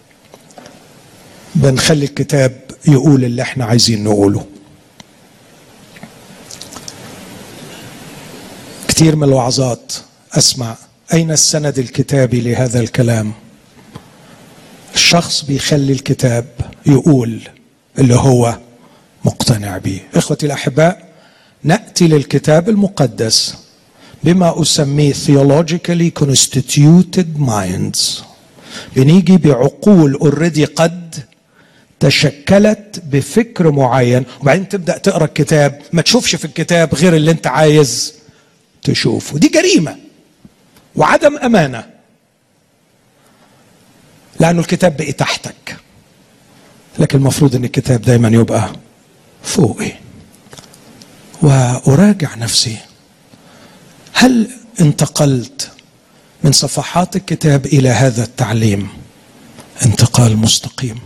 بنخلي الكتاب يقول اللي احنا عايزين نقوله. كتير من الوعظات أسمع أين السند الكتابي لهذا الكلام؟ الشخص بيخلي الكتاب يقول اللي هو مقتنع به. إخوتي الأحباء، نأتي للكتاب المقدس بما أسميه theologically constituted minds. بنيجي بعقول already قد تشكلت بفكر معين، وبعدين تبدأ تقرأ الكتاب ما تشوفش في الكتاب غير اللي انت عايز تشوفه. دي جريمة وعدم أمانة، لأنه الكتاب بقي تحتك، لكن المفروض أن الكتاب دايما يبقى فوقي. وأراجع نفسي، هل انتقلت من صفحات الكتاب إلى هذا التعليم انتقال مستقيم؟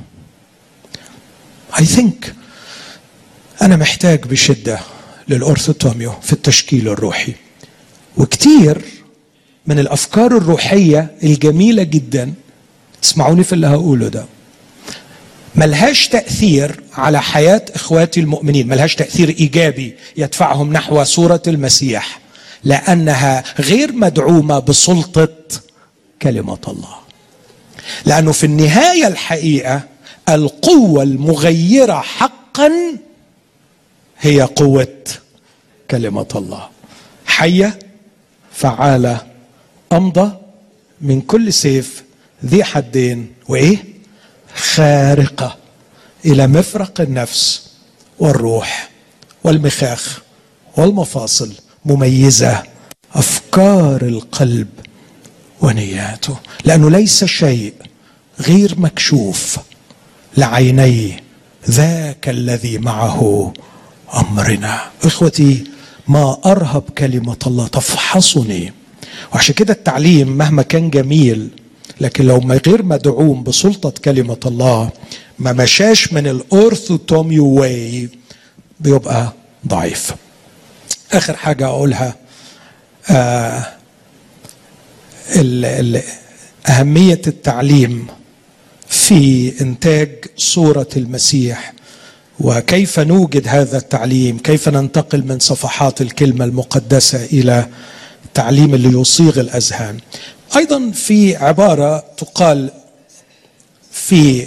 I think أنا محتاج بشدة للأورثوتوميو في التشكيل الروحي. وكتير من الأفكار الروحية الجميلة جدا، اسمعوني في اللي هقوله ده، ملهاش تأثير على حياة إخواتي المؤمنين، ملهاش تأثير إيجابي يدفعهم نحو صورة المسيح، لأنها غير مدعومة بسلطة كلمة الله. لأنه في النهاية الحقيقة القوة المغيرة حقا هي قوة كلمة الله، حية فعالة أمضى من كل سيف ذي حدين، وإيه؟ خارقة إلى مفرق النفس والروح والمخاخ والمفاصل، مميزة أفكار القلب ونياته، لأنه ليس شيء غير مكشوف لعيني ذاك الذي معه أمرنا. إخوتي، ما أرهب كلمة الله تفحصني. وعشان كده التعليم مهما كان جميل، لكن لو ما غير مدعوم بسلطة كلمة الله، ما مشاش من الأورثوتوميو واي، بيبقى ضعيف. آخر حاجة أقولها، آه ال ال أهمية التعليم في إنتاج صورة المسيح، وكيف نوجد هذا التعليم، كيف ننتقل من صفحات الكلمة المقدسة إلى التعليم اللي يصيغ الأذهان. أيضا في عبارة تقال في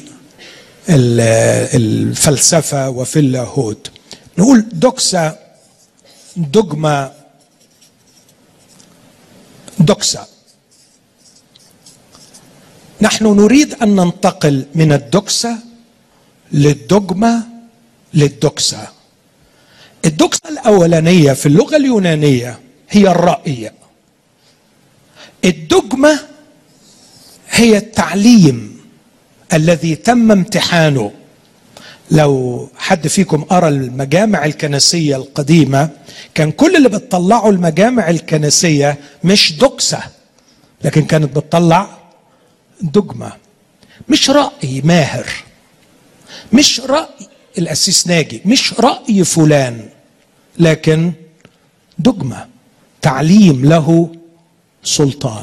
الفلسفة وفي اللاهوت، نقول دوكسا دوجما دوكسا. نحن نريد أن ننتقل من الدوكسا للدوجما للدوكسا. الدوكسا الأولانية في اللغة اليونانية هي الرأي، الدوجما هي التعليم الذي تم امتحانه. لو حد فيكم قرأ المجامع الكنسية القديمة، كان كل اللي بتطلعوا المجامع الكنسية مش دوكسا، لكن كانت بتطلع دجمة، مش رأي ماهر، مش رأي القسيس ناجي، مش رأي فلان، لكن دجمة، تعليم له سلطان.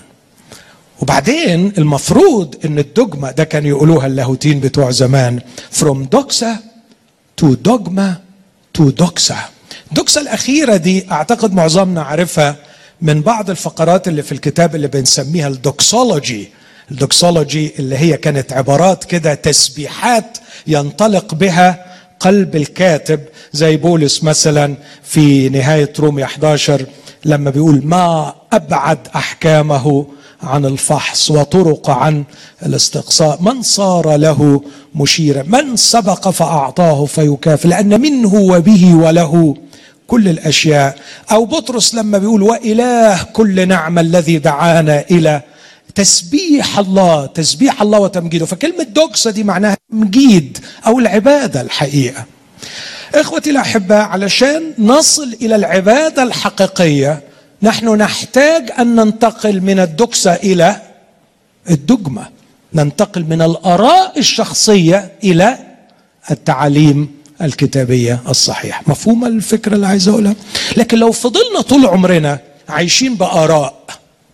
وبعدين المفروض ان الدجمة ده كان يقولوها اللاهوتين بتوع زمان from doxa to dogma to doxa. الدوكسا الأخيرة دي أعتقد معظمنا عارفها من بعض الفقرات اللي في الكتاب اللي بنسميها الدوكسولوجي. الدوكسولوجي اللي هي كانت عبارات كده، تسبيحات ينطلق بها قلب الكاتب، زي بولس مثلا في نهاية رومية أحد عشر لما بيقول ما أبعد أحكامه عن الفحص وطرق عن الاستقصاء، من صار له مشيرا، من سبق فأعطاه فيكافئ، لأن منه وبه وله كل الأشياء. أو بطرس لما بيقول وإله كل نعمة الذي دعانا إلى تسبيح الله، تسبيح الله وتمجيده. فكلمة دوكسا دي معناها تمجيد أو العبادة الحقيقة. إخوتي الأحباء، علشان نصل إلى العبادة الحقيقية نحن نحتاج أن ننتقل من الدوكسا إلى الدجمة، ننتقل من الآراء الشخصية إلى التعاليم الكتابية الصحيحة. مفهوم الفكرة اللي عايز أقولها؟ لكن لو فضلنا طول عمرنا عايشين بآراء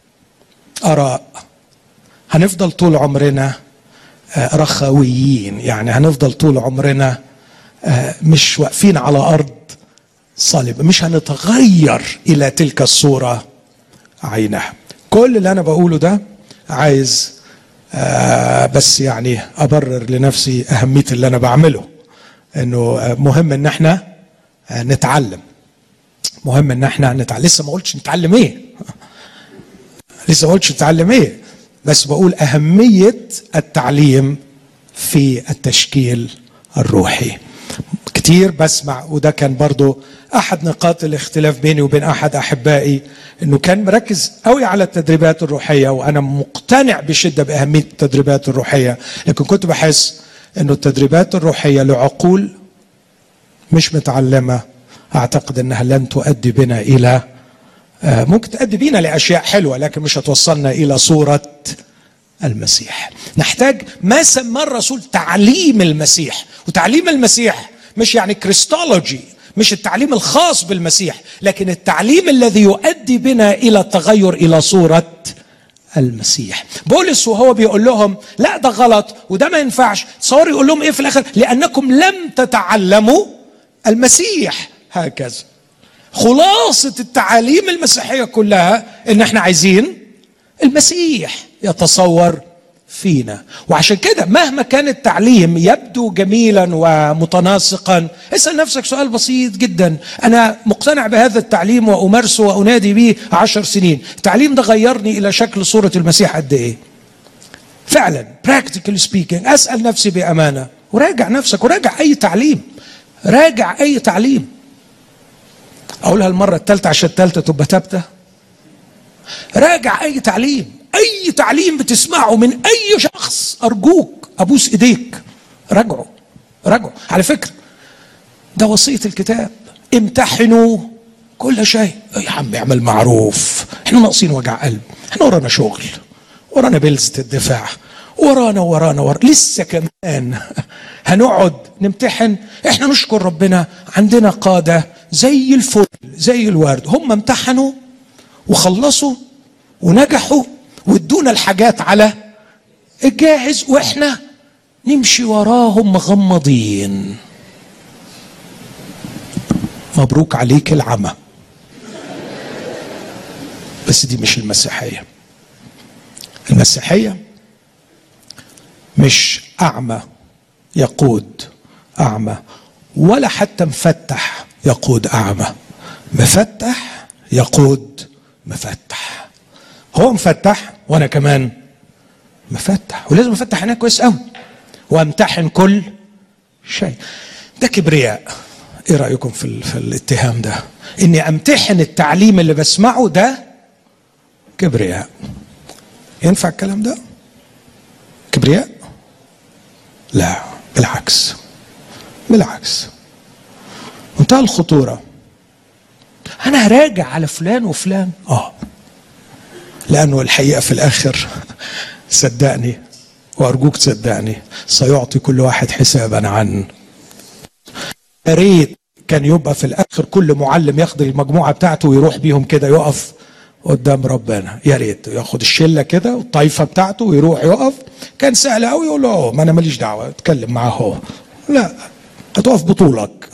آراء هنفضل طول عمرنا رخويين، يعني هنفضل طول عمرنا مش واقفين على أرض صلب، مش هنتغير إلى تلك الصورة عينها. كل اللي أنا بقوله ده عايز آه بس يعني أبرر لنفسي أهمية اللي أنا بعمله، إنه مهم إن احنا نتعلم، مهم إن احنا نتعلم. لسه ما قلتش نتعلم إيه، لسه ما قلتش نتعلم إيه، بس بقول أهمية التعليم في التشكيل الروحي. كتير بسمع، وده كان برضو أحد نقاط الاختلاف بيني وبين أحد أحبائي، أنه كان مركز قوي على التدريبات الروحية، وأنا مقتنع بشدة بأهمية التدريبات الروحية، لكن كنت بحس أنه التدريبات الروحية لعقول مش متعلمة أعتقد أنها لن تؤدي بنا إلى، ممكن تؤدي بنا لأشياء حلوة لكن مش هتوصلنا إلى صورة المسيح. نحتاج ما سمى الرسول تعليم المسيح، وتعليم المسيح مش يعني كريستولوجي، مش التعليم الخاص بالمسيح، لكن التعليم الذي يؤدي بنا إلى التغير إلى صورة المسيح. بولس وهو بيقول لهم لا ده غلط وده ما ينفعش، تصور يقول لهم إيه في الآخر؟ لأنكم لم تتعلموا المسيح هكذا. خلاصة التعاليم المسيحية كلها إن احنا عايزين المسيح يتصور فينا. وعشان كده مهما كان التعليم يبدو جميلا ومتناسقا، اسأل نفسك سؤال بسيط جدا، أنا مقتنع بهذا التعليم وأمارسه وأنادي به عشر سنين، التعليم ده غيرني إلى شكل صورة المسيح قد إيه؟ فعلا practically speaking. أسأل نفسي بأمانة، وراجع نفسك وراجع أي تعليم، راجع أي تعليم. أقولها المرة الثالثة عشان الثالثة تبقى ثابتة. راجع أي تعليم، أي تعليم بتسمعه من أي شخص أرجوك أبوس إيديك راجعوا راجعوا. على فكرة ده وصية الكتاب، امتحنوا كل شيء. يا عم اعمل معروف، احنا ناقصين وجع قلب، احنا ورانا شغل، ورانا بلزة الدفاع، ورانا ورانا ورانا لسه كمان هنقعد نمتحن. احنا نشكر ربنا عندنا قادة زي الفل زي الورد، هم امتحنوا وخلصوا ونجحوا وادونا الحاجات على الجاهز، واحنا نمشي وراهم مغمضين. مبروك عليك العمى، بس دي مش المسيحية. المسيحية مش أعمى يقود أعمى، ولا حتى مفتح يقود أعمى، مفتح يقود مفتح. هو مفتح وانا كمان مفتح، ولازم افتح هناك كويس قوي وامتحن كل شيء. ده كبرياء. ايه رايكم في, في الاتهام ده؟ اني امتحن التعليم اللي بسمعه، ده كبرياء. ينفع الكلام ده؟ كبرياء؟ لا بالعكس، بالعكس منتهى الخطوره. انا هراجع على فلان وفلان، اه لأنه الحقيقة في الآخر صدقني وأرجوك تصدقني سيعطي كل واحد حسابا عنه. يا ريت كان يبقى في الآخر كل معلم ياخد المجموعة بتاعته ويروح بيهم كده يقف قدام ربنا. يا ريت ياخد الشلة كده والطائفة بتاعته ويروح يقف. كان سهل قوي يقول له ما أنا ماليش دعوة اتكلم معاه هو. لا، هتقف بطولك.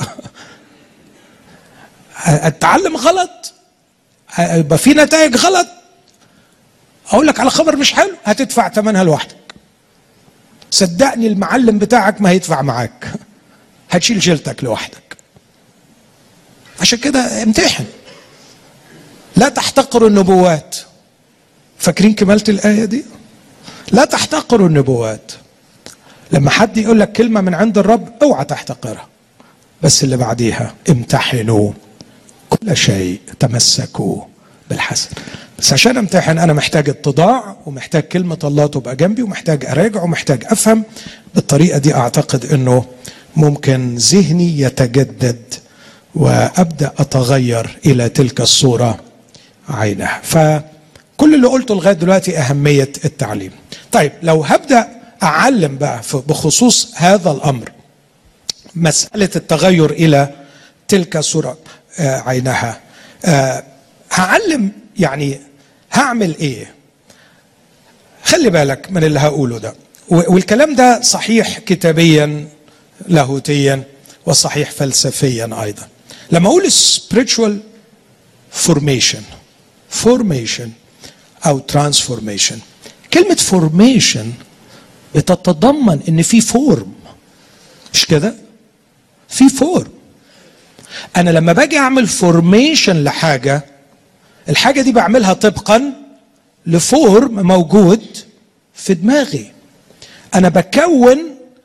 هتتعلم غلط، يبقى في نتائج غلط، اقول لك على خبر مش حلو، هتدفع ثمنها لوحدك. صدقني المعلم بتاعك ما هيدفع معاك، هتشيل شيلتك لوحدك. عشان كده امتحن. لا تحتقروا النبوات. فاكرين كمالة الآية دي؟ لا تحتقروا النبوات. لما حد يقول لك كلمة من عند الرب اوعى تحتقرها، بس اللي بعديها امتحنوا كل شيء، تمسكوا بالحسن. بس عشان امتحن انا محتاج اتضاع، ومحتاج كلمة الله تبقى جنبي، ومحتاج اراجع، ومحتاج افهم. بالطريقة دي اعتقد انه ممكن ذهني يتجدد وابدأ اتغير الى تلك الصورة عينها. فكل اللي قلته لغاية دلوقتي اهمية التعليم. طيب لو هبدأ اعلم بقى بخصوص هذا الامر، مسألة التغير الى تلك الصورة عينها، هعلم يعني هعمل ايه؟ خلي بالك من اللي هقوله ده، والكلام ده صحيح كتابيا لاهوتيا وصحيح فلسفيا ايضا. لما اقول spiritual formation formation او transformation، كلمة formation بتتضمن ان في فورم، مش كده؟ في فورم. انا لما باجي اعمل فورميشن لحاجة، الحاجة دي بعملها طبقا لفورم موجود في دماغي. انا بكون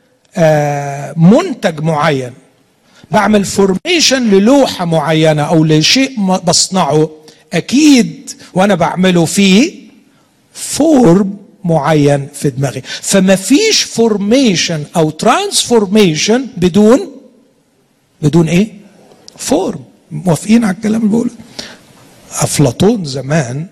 منتج معين، بعمل فورميشن للوحة معينة او لشيء بصنعه، اكيد وانا بعمله فيه فورم معين في دماغي. فما فيش فورميشن او ترانسفورميشن بدون بدون ايه؟ فورم. موافقين على الكلام اللي بقوله؟ أفلاطون زمان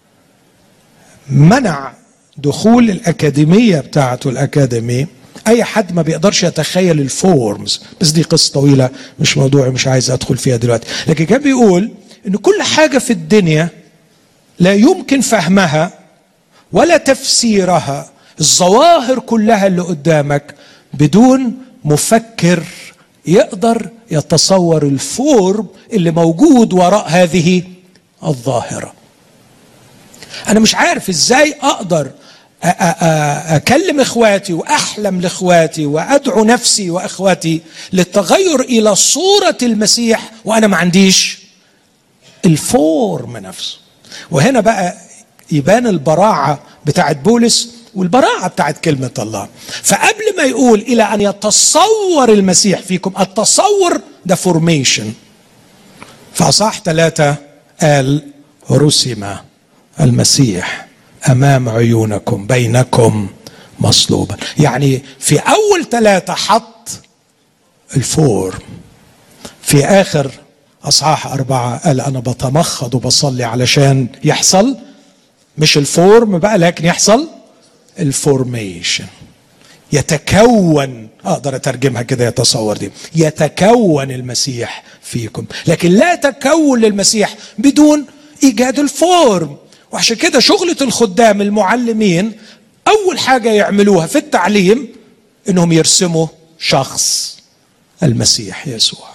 منع دخول الأكاديمية بتاعته، الأكاديمية أي حد ما بيقدرش يتخيل الفورمز، بس دي قصة طويلة مش موضوعي، مش عايز أدخل فيها دلوقتي. لكن كان بيقول إن كل حاجة في الدنيا لا يمكن فهمها ولا تفسيرها، الظواهر كلها اللي قدامك، بدون مفكر يقدر يتصور الفورم اللي موجود وراء هذه الظاهرة. أنا مش عارف إزاي أقدر أكلم إخواتي وأحلم لإخواتي وأدعو نفسي وإخواتي للتغير إلى صورة المسيح وأنا ما عنديش الفورم نفسه. وهنا بقى يبان البراعة بتاعت بولس والبراعة بتاعت كلمة الله. فقبل ما يقول إلى أن يتصور المسيح فيكم، التصور ده فورميشن. فأصح ثلاثة قال رسم المسيح أمام عيونكم بينكم مصلوبا. يعني في أول ثلاثة حط الفورم، في آخر أصحاح أربعة قال أنا بتمخض وبصلي علشان يحصل مش الفورم بقى، لكن يحصل الفورميشن. يتكون، اقدر اترجمها كده، يتصور دي، يتكون المسيح فيكم. لكن لا تكون للمسيح بدون ايجاد الفورم. وعشان كده شغلة الخدام المعلمين اول حاجة يعملوها في التعليم انهم يرسموا شخص المسيح يسوع.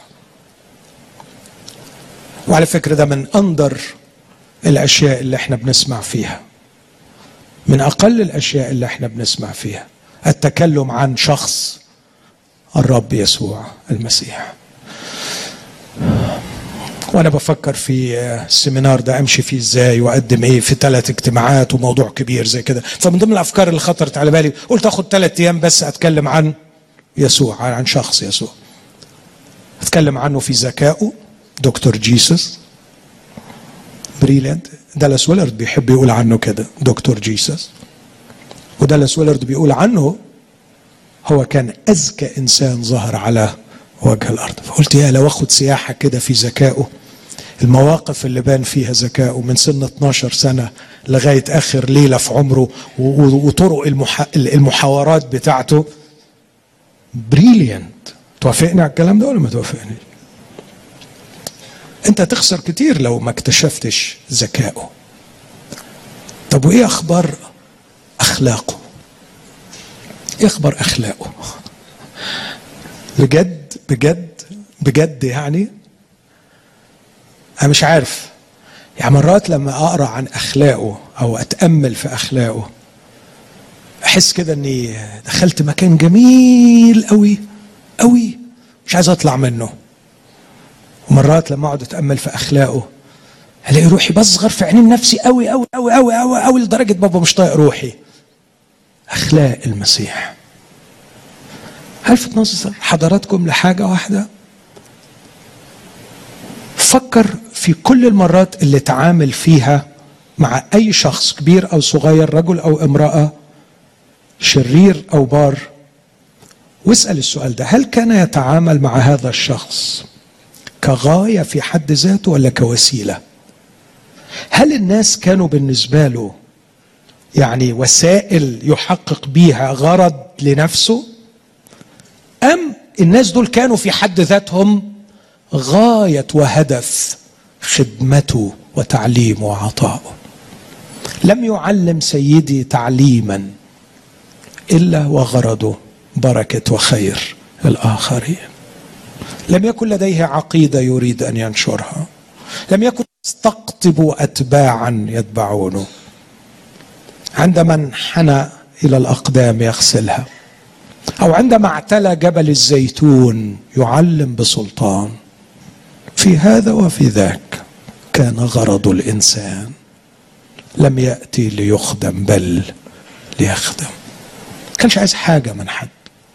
وعلى فكرة ده من اندر الاشياء اللي احنا بنسمع فيها، من اقل الاشياء اللي احنا بنسمع فيها التكلم عن شخص الرب يسوع المسيح. وانا بفكر في السيمينار ده امشي فيه ازاي واقدم ايه في ثلاث اجتماعات وموضوع كبير زي كده. فمن ضمن الافكار اللي خطرت على بالي قلت اخد ثلاث ايام بس اتكلم عن يسوع، عن شخص يسوع. اتكلم عنه في ذكائه، دكتور جيسس بريليانت. دالاس ويلارد بيحب يقول عنه كده دكتور جيسس. ودالاس ويلارد بيقول عنه هو كان أذكى إنسان ظهر على وجه الأرض. فقلت يا لو أخد سياحة كده في ذكائه، المواقف اللي بان فيها ذكائه من سن اتناشر سنة لغاية آخر ليلة في عمره، وطرق المحاورات بتاعته بريليانت. توافقني على الكلام ده ولا ما توافقني؟ انت تخسر كتير لو ما اكتشفتش ذكائه. طب وايه اخبار اخلاقه؟ ايه اخبار اخلاقه؟ بجد بجد بجد يعني انا مش عارف. يعني مرات لما اقرا عن اخلاقه او اتامل في اخلاقه احس كده اني دخلت مكان جميل قوي قوي مش عايز اطلع منه. ومرات لما اقعد اتامل في اخلاقه الاقي روحي بصغر في عينين نفسي قوي قوي قوي قوي قوي قوي لدرجه بابا مش طايق روحي. اخلاق المسيح. هلفت نظر حضراتكم لحاجه واحده. فكر في كل المرات اللي تعامل فيها مع اي شخص كبير او صغير، رجل او امراه، شرير او بار، واسال السؤال ده: هل كان يتعامل مع هذا الشخص كغايه في حد ذاته ولا كوسيله؟ هل الناس كانوا بالنسبه له يعني وسائل يحقق بيها غرض لنفسه، ام الناس دول كانوا في حد ذاتهم غايه وهدف خدمته وتعليمه وعطائه؟ لم يعلم سيدي تعليما الا وغرضه بركه وخير الاخرين. لم يكن لديه عقيده يريد ان ينشرها. لم يكن يستقطب اتباعا يتبعونه. عندما انحنى الى الاقدام يغسلها، او عندما اعتلى جبل الزيتون يعلم بسلطان. في هذا وفي ذاك كان غرض الانسان. لم ياتي ليخدم بل ليخدم. كانش عايز حاجه من حد.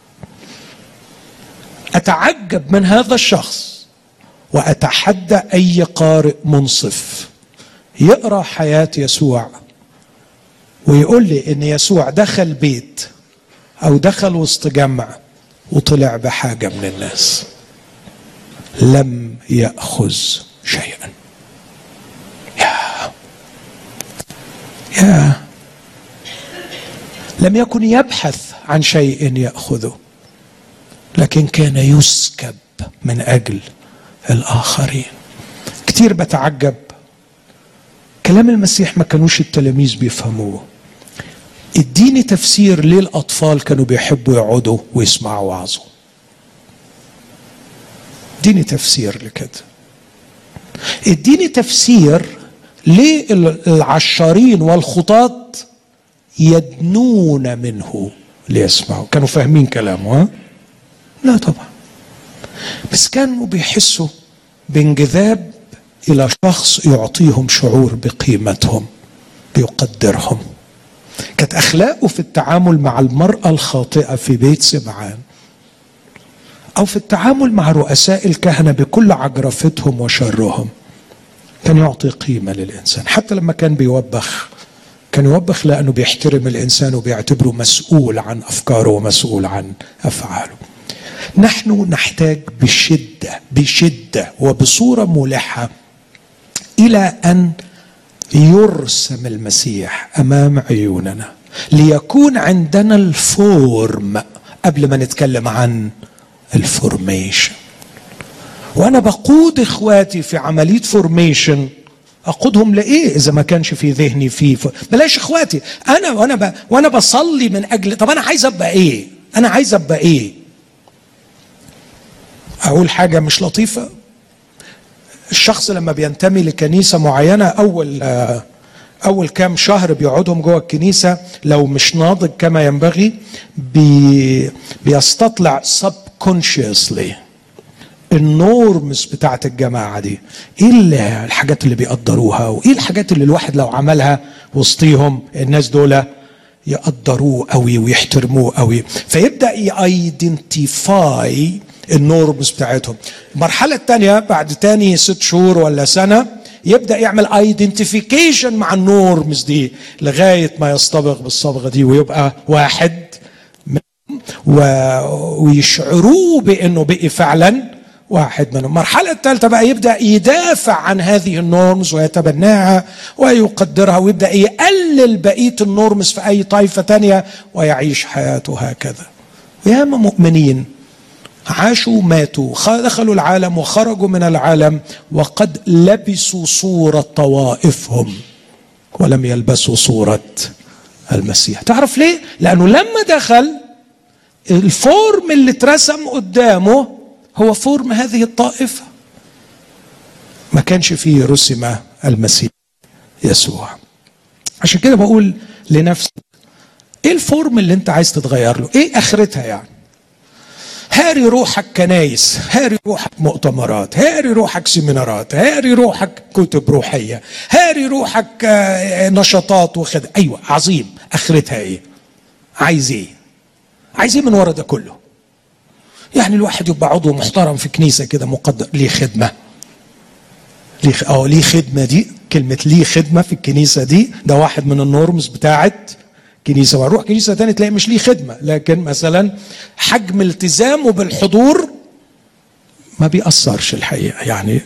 اتعجب من هذا الشخص واتحدى اي قارئ منصف يقرا حياه يسوع ويقول لي ان يسوع دخل بيت او دخل وسط جمع وطلع بحاجه من الناس. لم ياخذ شيئا. يا يا لم يكن يبحث عن شيء ياخذه، لكن كان يسكب من اجل الاخرين. كتير بتعجب كلام المسيح ما كانوش التلاميذ بيفهموه. اديني تفسير ليه الاطفال كانوا بيحبوا يقعدوا ويسمعوا وعظه. اديني تفسير لكده. اديني تفسير ليه العشارين والخطاة يدنون منه ليسمعوا. كانوا فاهمين كلامه؟ ها؟ لا طبعا. بس كانوا بيحسوا بانجذاب الى شخص يعطيهم شعور بقيمتهم، بيقدرهم. كانت اخلاقه في التعامل مع المرأة الخاطئة في بيت سمعان، او في التعامل مع رؤساء الكهنة بكل عجرفتهم وشرهم، كان يعطي قيمة للإنسان. حتى لما كان بيوبخ كان يوبخ لأنه بيحترم الإنسان وبيعتبره مسؤول عن أفكاره ومسؤول عن أفعاله. نحن نحتاج بشدة بشدة وبصورة ملحة إلى أن يرسم المسيح أمام عيوننا، ليكون عندنا الفورم قبل ما نتكلم عن الفورميشن. وأنا بقود إخواتي في عملية فورميشن، أقودهم لإيه إذا ما كانش في ذهني فيه ف... بلاش إخواتي. أنا وأنا ب... وأنا بصلي من أجل، طب أنا عايز أبقى إيه؟ أنا عايز أبقى إيه؟ أقول حاجة مش لطيفة. الشخص لما بينتمي لكنيسة معينة، أول أول كام شهر بيقعدهم جوه الكنيسة، لو مش ناضج كما ينبغي بي... بيستطلع subconsciously النورمز بتاعت الجماعة دي. ايه الحاجات اللي بيقدروها، وايه الحاجات اللي الواحد لو عملها وسطيهم الناس دول يقدروه قوي ويحترموه قوي. فيبدأ يايدنتيفاي النورمز بتاعتهم. المرحلة الثانية بعد تاني ست شهور ولا سنة يبدأ يعمل ايدنتيفيكيشن مع النورمز دي لغاية ما يصطبغ بالصبغة دي ويبقى واحد، ويشعروه بأنه بقي فعلا واحد منهم. المرحلة الثالثة بقى يبدأ يدافع عن هذه النورمز ويتبناها ويقدرها، ويبدأ يقلل بقية النورمز في أي طائفة تانية ويعيش حياته هكذا. ياما مؤمنين عاشوا ماتوا، دخلوا العالم وخرجوا من العالم وقد لبسوا صورة طوائفهم ولم يلبسوا صورة المسيح. تعرف ليه؟ لأنه لما دخل الفورم اللي اترسم قدامه هو فورم هذه الطائفة، ما كانش فيه رسم المسيح يسوع. عشان كده بقول لنفسي ايه الفورم اللي انت عايز تتغير له؟ ايه اخرتها يعني؟ هاري روحك كنايس، هاري روحك مؤتمرات، هاري روحك سيمينارات، هاري روحك كتب روحية، هاري روحك نشاطات وخدمة. ايوه عظيم، اخرتها ايه؟ عايز ايه؟ عايز ايه من ورا ده كله؟ يعني الواحد يبقى عضو محترم في كنيسة كده مقدر، ليه خدمة، ليه اه ليه خدمة، دي كلمة ليه خدمة في الكنيسة دي ده واحد من النورمز بتاعت كنيسة. واروح كنيسة تانية تلاقي مش ليه خدمة، لكن مثلا حجم التزامه بالحضور ما بيأثرش الحقيقة يعني.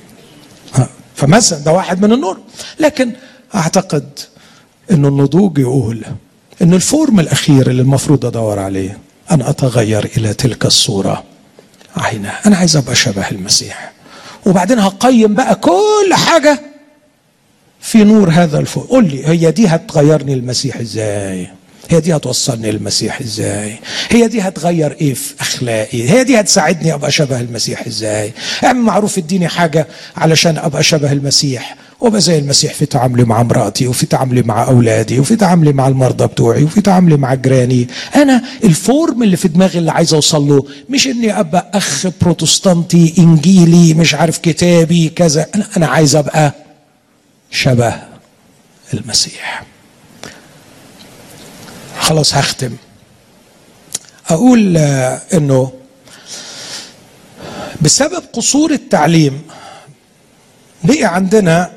فمثلا ده واحد من النور. لكن اعتقد انه النضوج يقول ان الفورم الاخير اللي المفروض ادور عليه ان اتغير الى تلك الصورة عينها. انا عايز ابقى شبه المسيح، وبعدين هقيم بقى كل حاجة في نور هذا الفورم. قول لي هي دي هتغيرني المسيح ازاي؟ هي دي هتوصلني للمسيح ازاي؟ هي دي هتغير ايه في اخلاقي؟ هي دي هتساعدني ابقى شبه المسيح ازاي؟ اعمل معروف اديني حاجة علشان ابقى شبه المسيح وابقى زي المسيح في تعاملي مع مراتي، وفي تعاملي مع اولادي، وفي تعاملي مع المرضى بتوعي، وفي تعاملي مع جيراني. انا الفورم اللي في دماغي اللي عايز اوصل له مش اني ابقى اخ بروتستانتي انجيلي مش عارف كتابي كذا. انا انا عايز ابقى شبه المسيح. خلاص هختم. اقول انه بسبب قصور التعليم بقي عندنا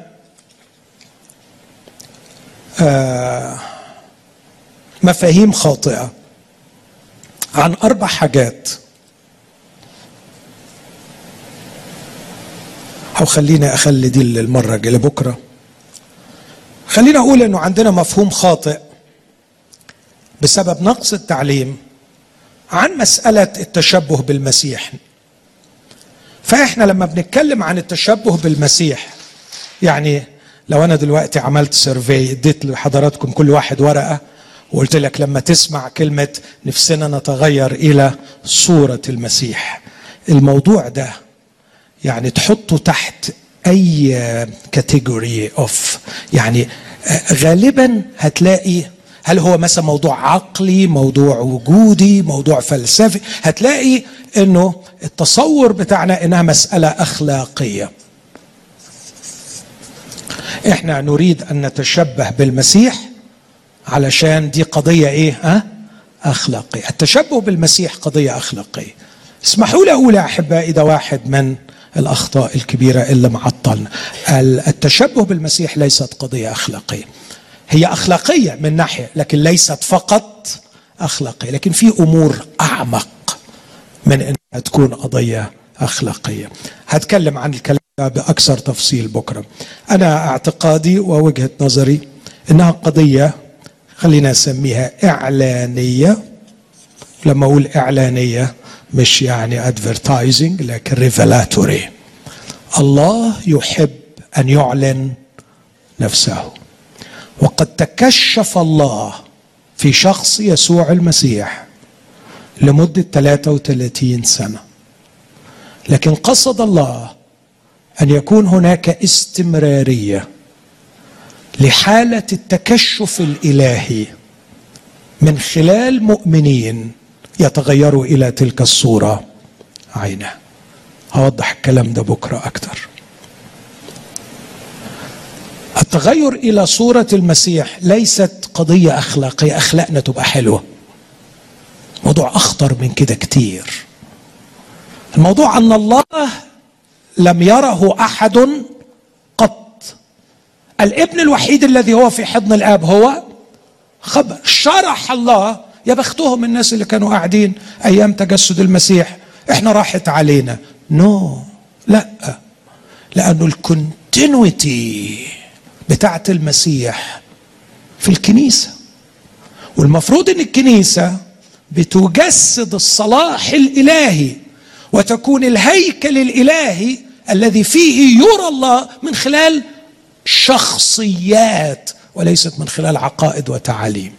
مفاهيم خاطئة عن اربع حاجات، او خليني اخلي دي للمرة الجاية لبكرة. خلينا اقول انه عندنا مفهوم خاطئ بسبب نقص التعليم عن مسألة التشبه بالمسيح. فإحنا لما بنتكلم عن التشبه بالمسيح، يعني لو أنا دلوقتي عملت سيرفي اديت لحضراتكم كل واحد ورقة وقلت لك لما تسمع كلمة نفسنا نتغير إلى صورة المسيح، الموضوع ده يعني تحطه تحت أي كاتيجوري أوف، يعني غالبا هتلاقي هل هو مثلا موضوع عقلي، موضوع وجودي، موضوع فلسفي، هتلاقي انه التصور بتاعنا انها مسألة اخلاقية. احنا نريد ان نتشبه بالمسيح علشان دي قضية ايه؟ ها؟ اخلاقية. التشبه بالمسيح قضية اخلاقية. اسمحوا لي اقول يا احبائي ده واحد من الاخطاء الكبيرة اللي معطلنا. التشبه بالمسيح ليست قضية اخلاقية، هي أخلاقية من ناحية لكن ليست فقط أخلاقية، لكن في أمور أعمق من أنها تكون قضية أخلاقية. هتكلم عن الكلام بأكثر تفصيل بكرة. أنا اعتقادي ووجهة نظري أنها قضية خلينا نسميها إعلانية. لما أقول إعلانية مش يعني advertising لكن revelatory. الله يحب أن يعلن نفسه، وقد تكشف الله في شخص يسوع المسيح لمدة ثلاثة وثلاثين سنة، لكن قصد الله أن يكون هناك استمرارية لحالة التكشف الإلهي من خلال مؤمنين يتغيروا إلى تلك الصورة عينها. هوضح الكلام ده بكرة أكتر. التغير إلى صورة المسيح ليست قضية أخلاقية، أخلاقنا تبقى حلوة. موضوع أخطر من كده كتير. الموضوع أن الله لم يره أحد قط. الابن الوحيد الذي هو في حضن الآب هو خبر. شرح الله، يا بختهم الناس اللي كانوا قاعدين أيام تجسد المسيح، إحنا راحت علينا. نو no. لا، لأنه الكونتينويتي بتاعت المسيح في الكنيسة، والمفروض ان الكنيسة بتجسد الصلاح الإلهي وتكون الهيكل الإلهي الذي فيه يرى الله من خلال شخصيات وليست من خلال عقائد وتعاليم.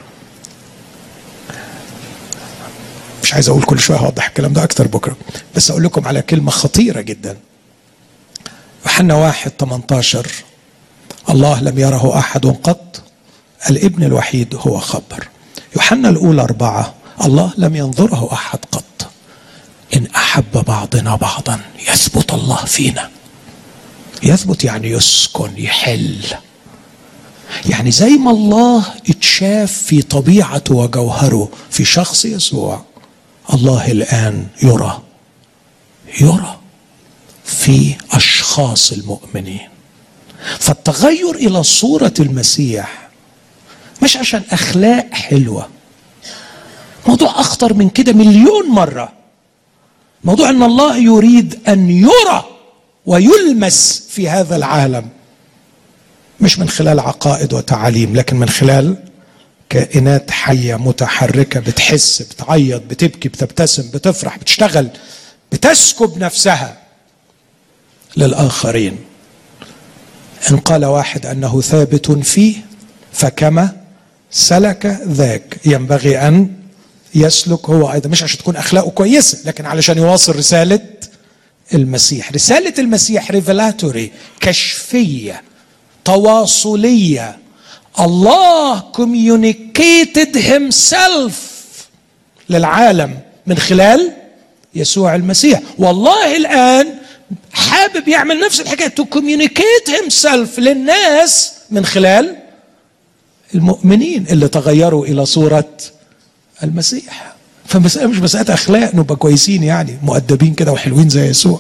مش عايز اقول كل شويه هوضح الكلام ده اكتر بكره، بس اقول لكم على كلمه خطيره جدا. يوحنا واحد ثمانية عشر، الله لم يره احد قط، الابن الوحيد هو خبر. يوحنا الاولى أربعة، الله لم ينظره احد قط، ان احب بعضنا بعضا يثبت الله فينا. يثبت يعني يسكن، يحل. يعني زي ما الله اتشاف في طبيعته وجوهره في شخص يسوع، الله الآن يرى يرى في أشخاص المؤمنين. فالتغير إلى صورة المسيح مش عشان أخلاق حلوة، موضوع أخطر من كده مليون مرة. موضوع أن الله يريد أن يرى ويلمس في هذا العالم، مش من خلال عقائد وتعاليم، لكن من خلال كائنات حية متحركة، بتحس، بتعيط، بتبكي، بتبتسم، بتفرح، بتشتغل، بتسكب نفسها للآخرين. إن قال واحد أنه ثابت فيه فكما سلك ذاك ينبغي أن يسلك هو أيضا. مش عشان تكون أخلاقه كويسة، لكن علشان يواصل رسالة المسيح. رسالة المسيح ريفيلاتوري، كشفية، تواصلية. الله communicated himself للعالم من خلال يسوع المسيح، والله الآن حابب يعمل نفس الحكاية to communicate himself للناس من خلال المؤمنين اللي تغيروا إلى صورة المسيح. فمسألة مش مسألة أخلاق نبقى كويسين يعني مؤدبين كده وحلوين زي يسوع،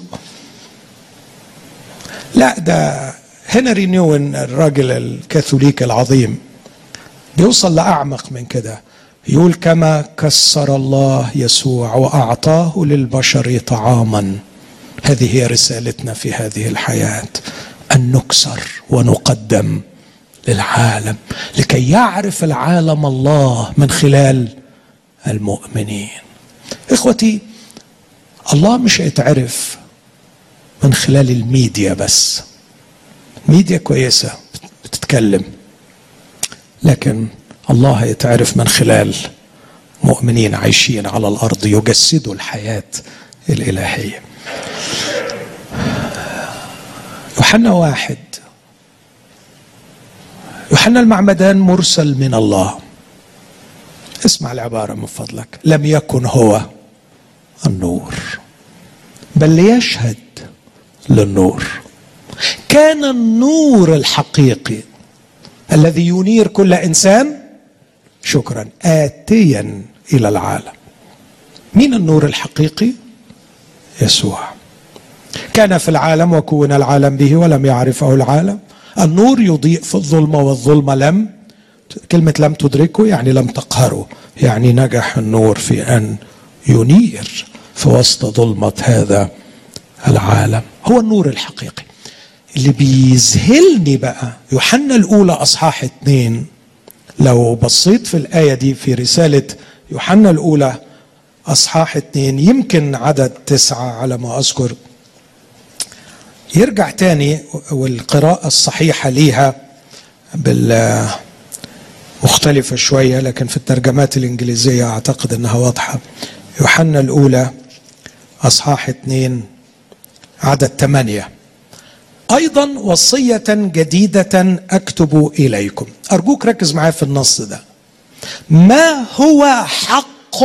لا. ده هنري نيوين الراجل الكاثوليك العظيم بيوصل لأعمق من كده، يقول كما كسر الله يسوع وأعطاه للبشر طعاما، هذه هي رسالتنا في هذه الحياة، أن نكسر ونقدم للعالم لكي يعرف العالم الله من خلال المؤمنين. إخوتي، الله مش هيتعرف من خلال الميديا بس. ميديا كويسة بتتكلم، لكن الله هيتعرف من خلال مؤمنين عايشين على الأرض يجسدوا الحياة الإلهية. يوحنا واحد، يوحنا المعمدان مرسل من الله. اسمع العبارة من فضلك، لم يكن هو النور بل ليشهد للنور، كان النور الحقيقي الذي ينير كل إنسان شكرا آتيا إلى العالم. مين النور الحقيقي؟ يسوع. كان في العالم وكون العالم به ولم يعرفه العالم. النور يضيء في الظلمة والظلمة لم، كلمة لم تدركه يعني لم تقهره، يعني نجح النور في أن ينير في وسط ظلمة هذا العالم. هو النور الحقيقي. اللي بيذهلني بقى يوحنا الأولى أصحاح اتنين، لو بصيت في الآية دي في رسالة يوحنا الأولى أصحاح اتنين، يمكن عدد تسعة على ما أذكر، يرجع تاني، والقراءة الصحيحة ليها بالمختلفة شوية، لكن في الترجمات الإنجليزية أعتقد أنها واضحة. يوحنا الأولى أصحاح اتنين عدد ثمانية، أيضا وصية جديدة أكتب إليكم. أرجوك ركز معايا في النص ده. ما هو حق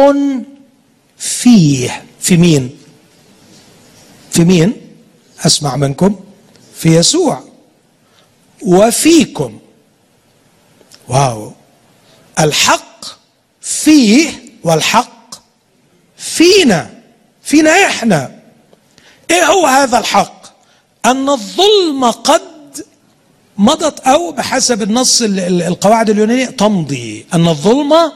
فيه، في مين؟ في مين؟ أسمع منكم. في يسوع. وفيكم. واو، الحق فيه والحق فينا، فينا إحنا. إيه هو هذا الحق؟ أن الظلمة قد مضت، أو بحسب النص القواعد اليونانية تمضي، أن الظلمة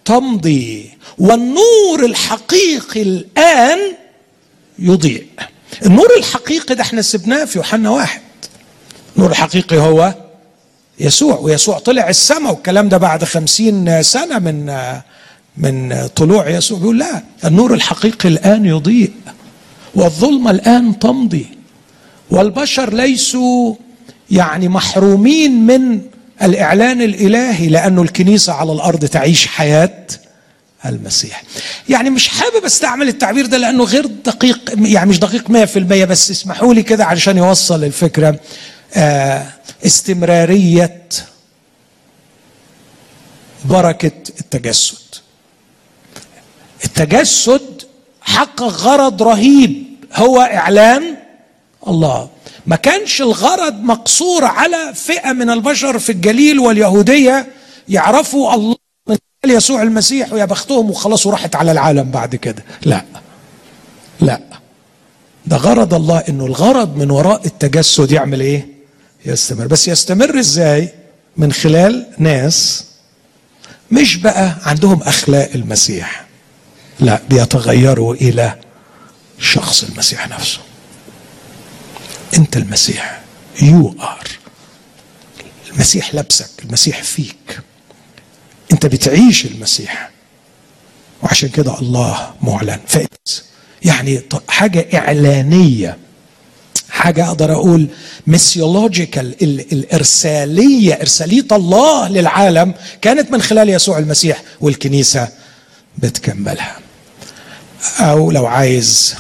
تمضي والنور الحقيقي الآن يضيء. النور الحقيقي ده احنا سبناه في يوحنا واحد. النور الحقيقي هو يسوع، ويسوع طلع السماء، والكلام ده بعد خمسين سنة من من طلوع يسوع. بيقول لا، النور الحقيقي الآن يضيء، والظلمة الآن تمضي، والبشر ليسوا يعني محرومين من الإعلان الإلهي، لأنه الكنيسة على الأرض تعيش حياة المسيح. يعني مش حابب استعمل التعبير ده لأنه غير دقيق، يعني مش دقيق مية في المية، بس اسمحوا لي كده علشان يوصل الفكرة. آه استمرارية بركة التجسد. التجسد حقق غرض رهيب، هو إعلان الله. ما كانش الغرض مقصور على فئة من البشر في الجليل واليهودية يعرفوا الله من خلال يسوع المسيح ويا بختهم وخلاص وراحت على العالم بعد كده. لا لا، ده غرض الله، انه الغرض من وراء التجسد يعمل ايه؟ يستمر. بس يستمر ازاي؟ من خلال ناس مش بقى عندهم اخلاق المسيح، لا، بيتغيروا الى شخص المسيح نفسه. انت المسيح، يو ار. المسيح لبسك، المسيح فيك، انت بتعيش المسيح، وعشان كده الله معلن. فائت يعني حاجة إعلانية، حاجة أقدر أقول ميسيولوجيكال، الإرسالية، إرسالية الله للعالم كانت من خلال يسوع المسيح، والكنيسة بتكملها. أو لو عايز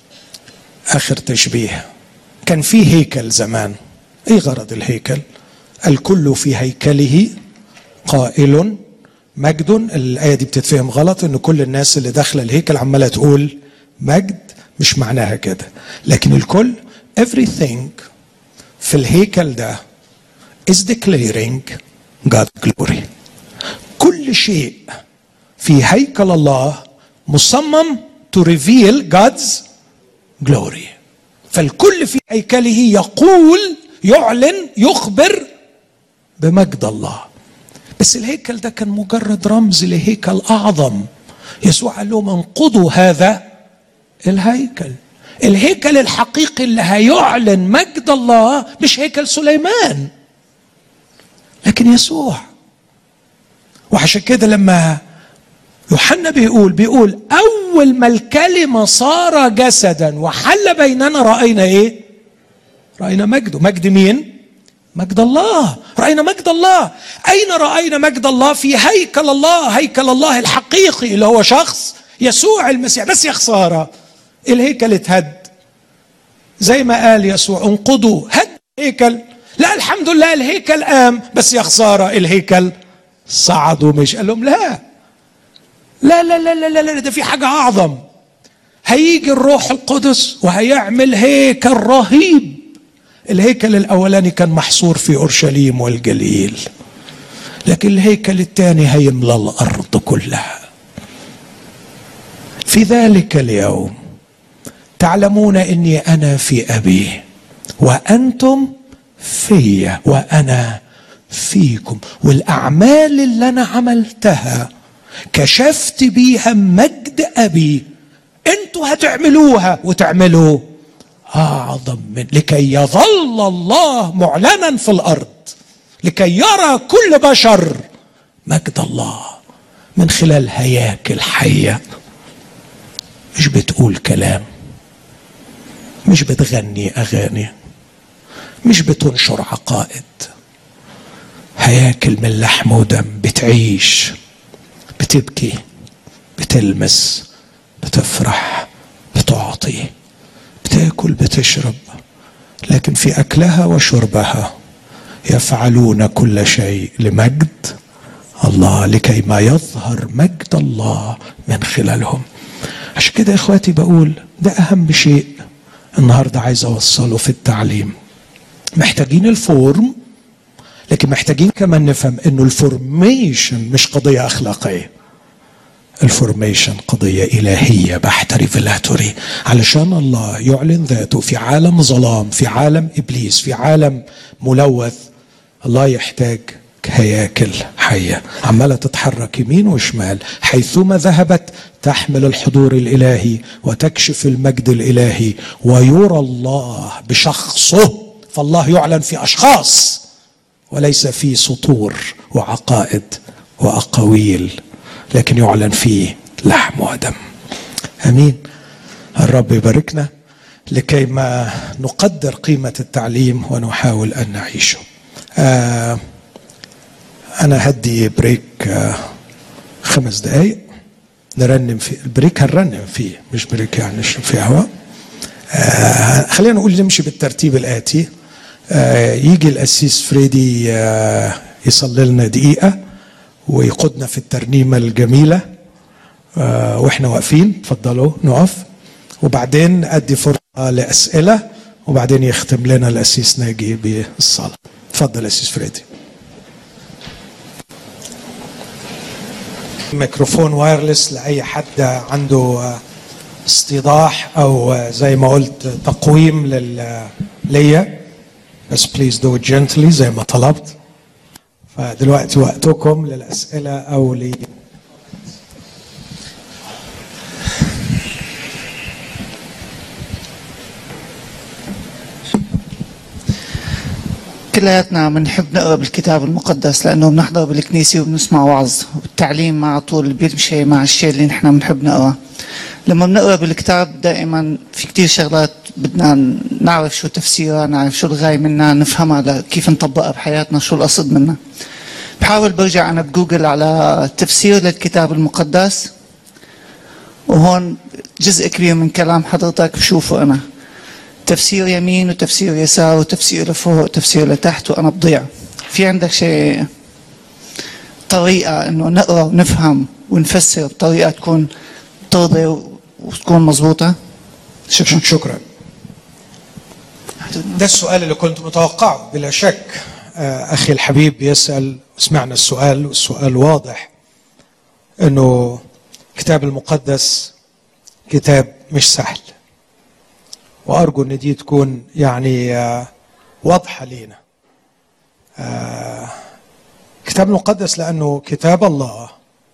آخر تشبيه، كان في هيكل زمان. ايه غرض الهيكل؟ الكل في هيكله قائل مجد. الآية دي بتتفهم غلط، ان كل الناس اللي داخله الهيكل عماله تقول مجد، مش معناها كده. لكن الكل everything في الهيكل ده is declaring God's glory. كل شيء في هيكل الله مصمم to reveal God's glory. فالكل في هيكله يقول، يعلن، يخبر بمجد الله. بس الهيكل ده كان مجرد رمز لهيكل أعظم. يسوع قال لهم انقضوا هذا الهيكل. الهيكل الحقيقي اللي هيعلن مجد الله مش هيكل سليمان، لكن يسوع. وعشان كده لما يوحنا بيقول بيقول أول ما الكلمة صار جسدا وحل بيننا رأينا إيه؟ رأينا مجده. مجد مين؟ مجد الله. رأينا مجد الله. أين رأينا مجد الله؟ في هيكل الله، هيكل الله الحقيقي اللي هو شخص يسوع المسيح. بس يا خسارة الهيكل اتهد، زي ما قال يسوع انقضوا، هد الهيكل. لا الحمد لله الهيكل قام، بس يا خسارة الهيكل صعد ومش. قال لهم لا لا لا لا لا لا، ده في حاجة أعظم. هيجي الروح القدس وهيعمل هيكل رهيب. الهيكل الأولاني كان محصور في أورشليم والجليل، لكن الهيكل الثاني هيملى الأرض كلها. في ذلك اليوم تعلمون إني أنا في أبي وأنتم في وأنا فيكم، والأعمال اللي أنا عملتها كشفت بيها مجد أبي أنتوا هتعملوها وتعملوا أعظم من، لكي يظل الله معلنا في الأرض، لكي يرى كل بشر مجد الله من خلال هياكل حية. مش بتقول كلام، مش بتغني أغاني، مش بتنشر عقائد. هياكل من لحم ودم، بتعيش، بتبكي، بتلمس، بتفرح، بتعطي، بتاكل، بتشرب. لكن في أكلها وشربها يفعلون كل شيء لمجد الله، لكي ما يظهر مجد الله من خلالهم. عشان كده يا إخواتي بقول ده أهم شيء النهاردة عايز أوصله في التعليم. محتاجين الفورم، لكن محتاجين كمان نفهم إنه الفورميشن مش قضية أخلاقية. الفورميشن قضية إلهية بحتة، ريفيلاتوري، علشان الله يعلن ذاته في عالم ظلام، في عالم إبليس، في عالم ملوث. الله يحتاج هياكل حية عمالة تتحرك يمين وشمال، حيثما ذهبت تحمل الحضور الإلهي وتكشف المجد الإلهي ويرى الله بشخصه. فالله يعلن في أشخاص وليس في سطور وعقائد وأقاويل، لكن يعلن فيه لحم ودم. أمين. الرب يباركنا لكي ما نقدر قيمة التعليم ونحاول أن نعيشه. آه أنا هدي بريك آه خمس دقايق نرنم فيه. البريك هنرنم فيه، مش بريك يعني نشرب فيه هواء. آه خلينا نقول نمشي بالترتيب الآتي. آه يجي القسيس فريدي آه يصلي لنا دقيقة ويقودنا في الترنيمة الجميلة آه واحنا واقفين. تفضلوا نقف، وبعدين أدي فرصة لأسئلة، وبعدين يختم لنا القسيس ناجي بالصلاة. تفضل قسيس فريدي. ميكروفون وايرلس لأي حد عنده استيضاح أو زي ما قلت تقويم ليا، بس بليز دو جنتلي زي ما طلبت. فدلوقتي وقتكم للأسئلة أو ل كلياتنا بنحب نقرا بالكتاب المقدس لانه بنحضر بالكنيسه وبنسمع وعظ، والتعليم مع طول بيمشي مع الشيء اللي نحن بنحب نقراه. لما بنقرا بالكتاب دائما في كتير شغلات بدنا نعرف شو تفسيرها، نعرف شو الغاية منها، نفهمها كيف نطبقها بحياتنا، شو القصد منها. بحاول برجع انا بجوجل على تفسير للكتاب المقدس، وهون جزء كبير من كلام حضرتك بشوفه انا تفسير يمين وتفسير يسار وتفسير لفوق وتفسير لتحت، وأنا بضيع. في عندك شيء طريقة إنه نقرأ ونفهم ونفسر بطريقة تكون ترضي وتكون مضبوطة؟ شكرا. شكرا. ده السؤال اللي كنت متوقعه بلا شك. أخي الحبيب يسأل، سمعنا السؤال والسؤال واضح، إنه الكتاب المقدس كتاب مش سهل، وأرجو أن دي تكون يعني واضحة لينا. كتاب المقدس لأنه كتاب الله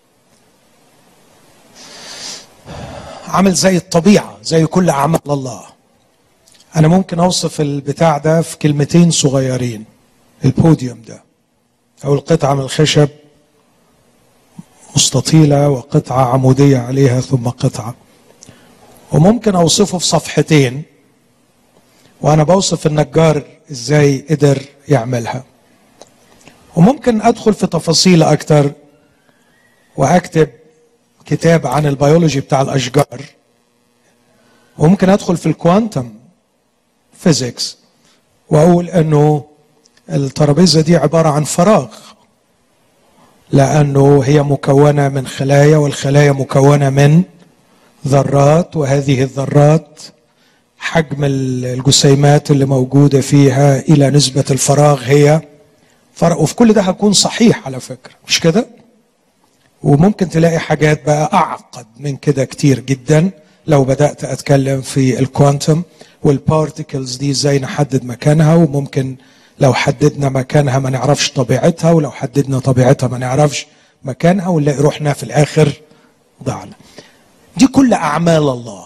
عمل زي الطبيعة، زي كل أعمال الله. أنا ممكن أوصف البتاع ده في كلمتين صغيرين. البوديوم ده أو القطعة من الخشب مستطيلة وقطعة عمودية عليها ثم قطعة، وممكن أوصفه في صفحتين، وأنا بوصف النجار إزاي قدر يعملها. وممكن أدخل في تفاصيل أكتر وأكتب كتاب عن البيولوجي بتاع الأشجار، وممكن أدخل في الكوانتم فيزيكس وأقول أنه الترابيزة دي عبارة عن فراغ، لأنه هي مكونة من خلايا، والخلايا مكونة من ذرات، وهذه الذرات حجم الجسيمات اللي موجودة فيها إلى نسبة الفراغ هي فرق. وفي كل ده هكون صحيح على فكرة، مش كده؟ وممكن تلاقي حاجات بقى أعقد من كده كتير جدا لو بدأت أتكلم في الكوانتم والبارتيكلز دي ازاي نحدد مكانها، وممكن لو حددنا مكانها ما نعرفش طبيعتها، ولو حددنا طبيعتها ما نعرفش مكانها، ونلاقي روحنا في الآخر ضعنا. دي كل أعمال الله.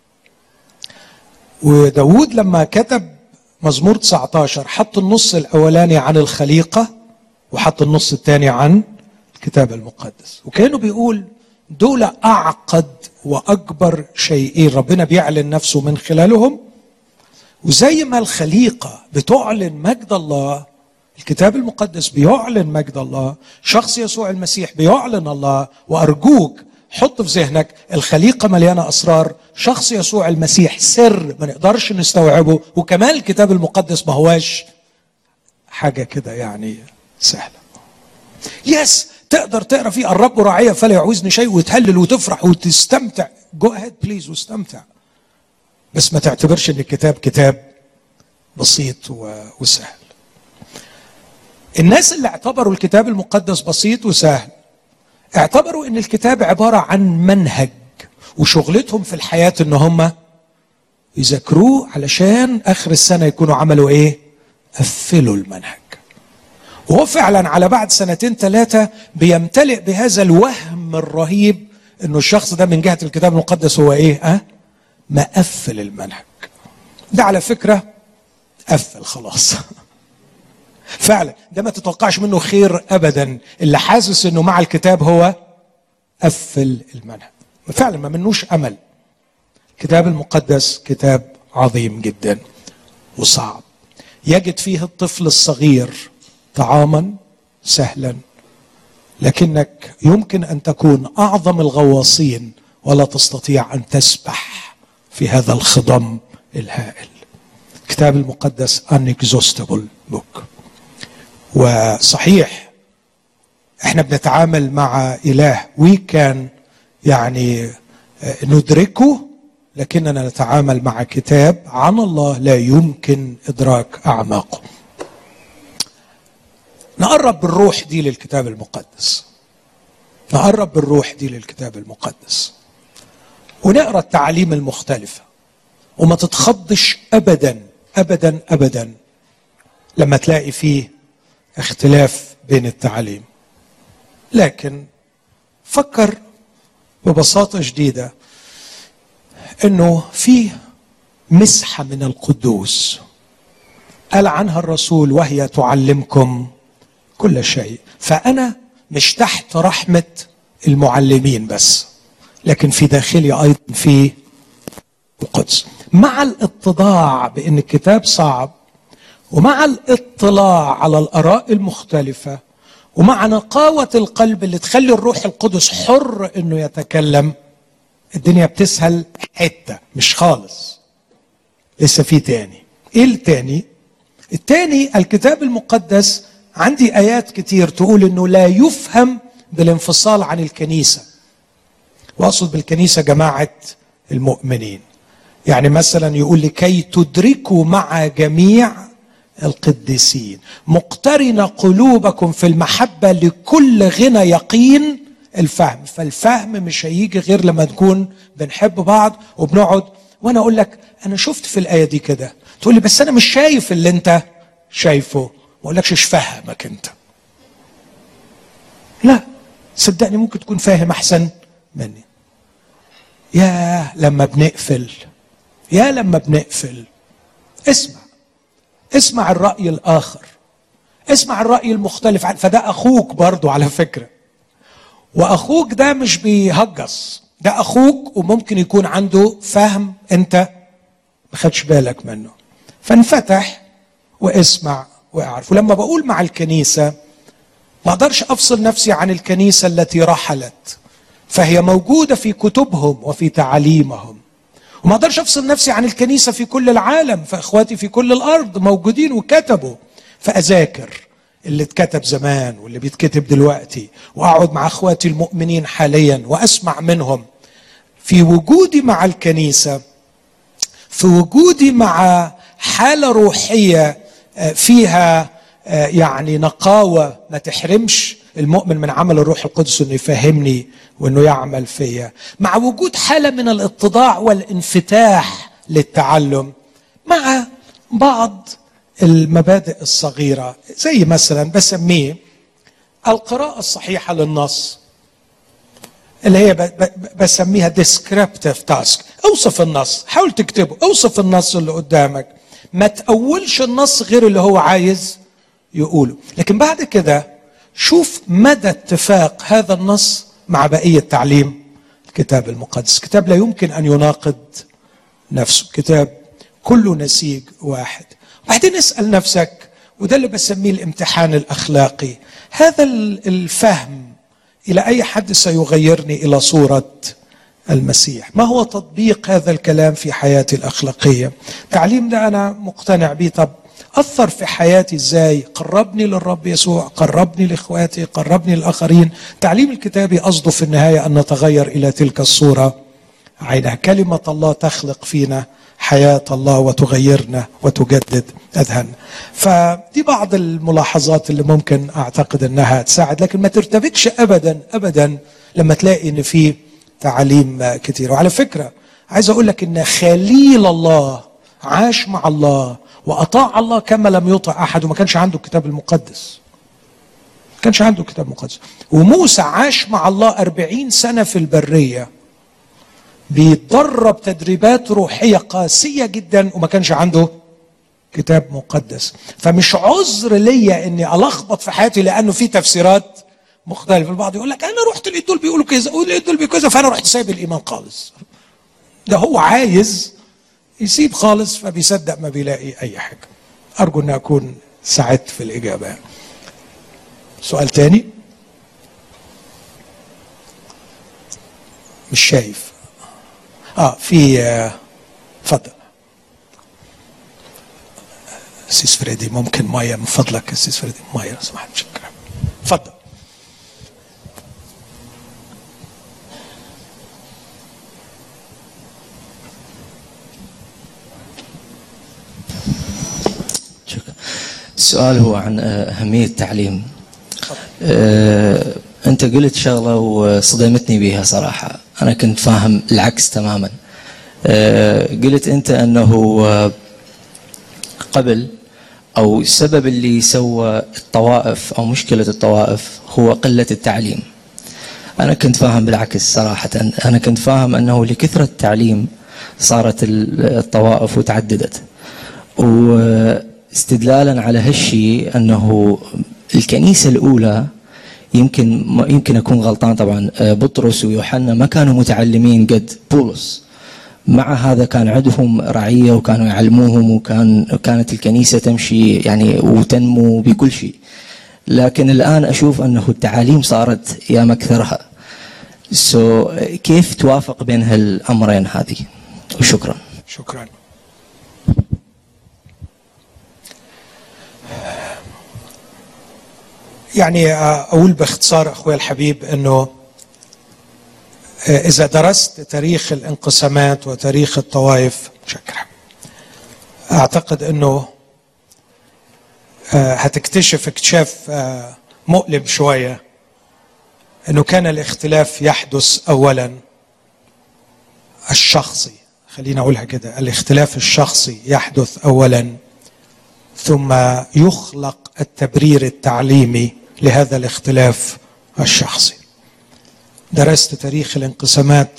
وداود لما كتب مزمور تسعة عشر حط النص الأولاني عن الخليقة وحط النص الثاني عن الكتاب المقدس، وكانوا بيقول دول أعقد وأكبر شيئين ربنا بيعلن نفسه من خلالهم. وزي ما الخليقة بتعلن مجد الله، الكتاب المقدس بيعلن مجد الله، شخص يسوع المسيح بيعلن الله. وأرجوك حط في ذهنك الخليقة مليانة أسرار، شخص يسوع المسيح سر ما نقدرش نستوعبه، وكمان الكتاب المقدس ما هواش حاجة كده يعني سهلة. يس تقدر تقرأ فيه الرب راعية فلا يعوزني شيء، وتهلل وتفرح وتستمتع. جو اهيد بليز واستمتع، بس ما تعتبرش ان الكتاب كتاب بسيط وسهل. الناس اللي اعتبروا الكتاب المقدس بسيط وسهل اعتبروا ان الكتاب عبارة عن منهج، وشغلتهم في الحياة ان هم يذاكروه علشان اخر السنة يكونوا عملوا ايه؟ قفلوا المنهج. وهو فعلا على بعد سنتين ثلاثة بيمتلئ بهذا الوهم الرهيب انه الشخص ده من جهة الكتاب المقدس هو ايه؟ اه مقفل المنهج. ده على فكرة قفل خلاص. فعلا ده ما تتوقعش منه خير ابدا، اللي حاسس انه مع الكتاب هو قفل المنهج، فعلا ما منوش امل. الكتاب المقدس كتاب عظيم جدا وصعب، يجد فيه الطفل الصغير طعاما سهلا، لكنك يمكن ان تكون اعظم الغواصين ولا تستطيع ان تسبح في هذا الخضم الهائل. الكتاب المقدس unexhaustible book. وصحيح احنا بنتعامل مع اله we can يعني ندركه، لكننا نتعامل مع كتاب عن الله لا يمكن ادراك اعماقه. نقرب بالروح دي للكتاب المقدس، نقرب بالروح دي للكتاب المقدس ونقرا التعاليم المختلفه، وما تتخضش ابدا ابدا ابدا لما تلاقي فيه اختلاف بين التعاليم. لكن فكر ببساطه شديده انه في مسحه من القدوس قال عنها الرسول وهي تعلمكم كل شيء. فانا مش تحت رحمه المعلمين بس، لكن في داخلي ايضا في القدس. مع الاتضاع بان الكتاب صعب، ومع الاطلاع على الاراء المختلفه، ومع نقاوه القلب اللي تخلي الروح القدس حر انه يتكلم، الدنيا بتسهل حته مش خالص. لسه في تاني. ايه التاني؟ التاني الكتاب المقدس عندي ايات كتير تقول انه لا يفهم بالانفصال عن الكنيسه، واقصد بالكنيسه جماعه المؤمنين. يعني مثلا يقول لكي تدركوا مع جميع القديسين مقترن قلوبكم في المحبه لكل غنى يقين الفهم. فالفهم مش هيجي غير لما نكون بنحب بعض وبنقعد. وانا اقول لك انا شفت في الايه دي كده، تقول لي بس انا مش شايف اللي انت شايفه. ما اقولكش ايش فهمك انت، لا صدقني ممكن تكون فاهم احسن مني. يا لما بنقفل، يا لما بنقفل اسمع اسمع الرأي الآخر، اسمع الرأي المختلف. فده أخوك برضو على فكرة، وأخوك ده مش بيهجص، ده أخوك وممكن يكون عنده فهم أنت ما خدش بالك منه. فانفتح واسمع واعرف. ولما بقول مع الكنيسة ما اقدرش أفصل نفسي عن الكنيسة التي رحلت، فهي موجودة في كتبهم وفي تعاليمهم. وما اقدرش افصل نفسي عن الكنيسه في كل العالم، فاخواتي في كل الارض موجودين وكتبوا، فاذاكر اللي اتكتب زمان واللي بيتكتب دلوقتي، واقعد مع اخواتي المؤمنين حاليا واسمع منهم. في وجودي مع الكنيسه، في وجودي مع حاله روحيه فيها يعني نقاوه ما تحرمش المؤمن من عمل الروح القدس انه يفهمني وانه يعمل فيا، مع وجود حاله من الاتضاع والانفتاح للتعلم، مع بعض المبادئ الصغيره زي مثلا بسميه القراءه الصحيحه للنص، اللي هي بسميها descriptive task. اوصف النص، حاول تكتبه، اوصف النص اللي قدامك، ما تأولش النص غير اللي هو عايز يقوله. لكن بعد كده شوف مدى اتفاق هذا النص مع بقية تعليم الكتاب المقدس. كتاب لا يمكن أن يناقض نفسه، كتاب كله نسيج واحد. وبعدين اسأل نفسك، وده اللي بسميه الامتحان الأخلاقي، هذا الفهم إلى أي حد سيغيرني إلى صورة المسيح؟ ما هو تطبيق هذا الكلام في حياتي الأخلاقية؟ التعليم ده أنا مقتنع بيه، طب أثر في حياتي إزاي؟ قربني للرب يسوع، قربني لإخواتي، قربني للآخرين. تعليم الكتابي قصده في النهاية أن نتغير إلى تلك الصورة عينها. كلمة الله تخلق فينا حياة الله وتغيرنا وتجدد أذهاننا. فدي بعض الملاحظات اللي ممكن أعتقد أنها تساعد، لكن ما ترتبكش أبدا أبدا لما تلاقي أن في تعليم كتير. وعلى فكرة عايز أقول لك أن خليل الله عاش مع الله وأطاع الله كما لم يطع أحد، وما كانش عنده الكتاب المقدس. كانش عنده كتاب مقدس. وموسى عاش مع الله أربعين سنة في البرية بيتدرب تدريبات روحية قاسية جدا وما كانش عنده كتاب مقدس. فمش عذر ليا اني الخبط في حياتي لانه في تفسيرات مختلفة. البعض يقول لك انا رحت لقيت دول بيقولوا كذا ولقيت دول بيقولوا كذا فانا رحت سايب الايمان خالص. ده هو عايز يسيب خالص فبيصدق ما بيلاقي اي حاجة. ارجو ان اكون ساعدت في الاجابة. سؤال تاني؟ مش شايف. اه في اتفضل. آه سيس فريدي ممكن ميه من فضلك. سيس فريدي ميه لو سمحت. شكرا. اتفضل. شكرا. السؤال هو عن أهمية التعليم. أه أنت قلت شغلة وصدمتني بها صراحة. أنا كنت فاهم العكس تماما. أه قلت أنت أنه قبل أو السبب اللي سوى الطوائف أو مشكلة الطوائف هو قلة التعليم. أنا كنت فاهم بالعكس صراحة. أنا كنت فاهم أنه لكثرة التعليم صارت الطوائف وتعددت. واستدلالا على هالشيء أنه الكنيسة الأولى يمكن يمكن أكون غلطان طبعا، بطرس ويوحنا ما كانوا متعلمين قد بولس. مع هذا كان عندهم رعية وكانوا يعلموهم وكان كانت الكنيسة تمشي يعني وتنمو بكل شيء. لكن الآن أشوف أنه التعاليم صارت يا مكثرها. سو so, كيف توافق بين هالأمرين هذه؟ وشكرا. شكرا. يعني أقول باختصار أخوي الحبيب أنه إذا درست تاريخ الانقسامات وتاريخ الطوائف شكرا أعتقد أنه هتكتشف اكتشاف مؤلم شوية أنه كان الاختلاف يحدث أولا الشخصي. خلينا أقولها كده، الاختلاف الشخصي يحدث أولا ثم يخلق التبرير التعليمي لهذا الاختلاف الشخصي. درست تاريخ الانقسامات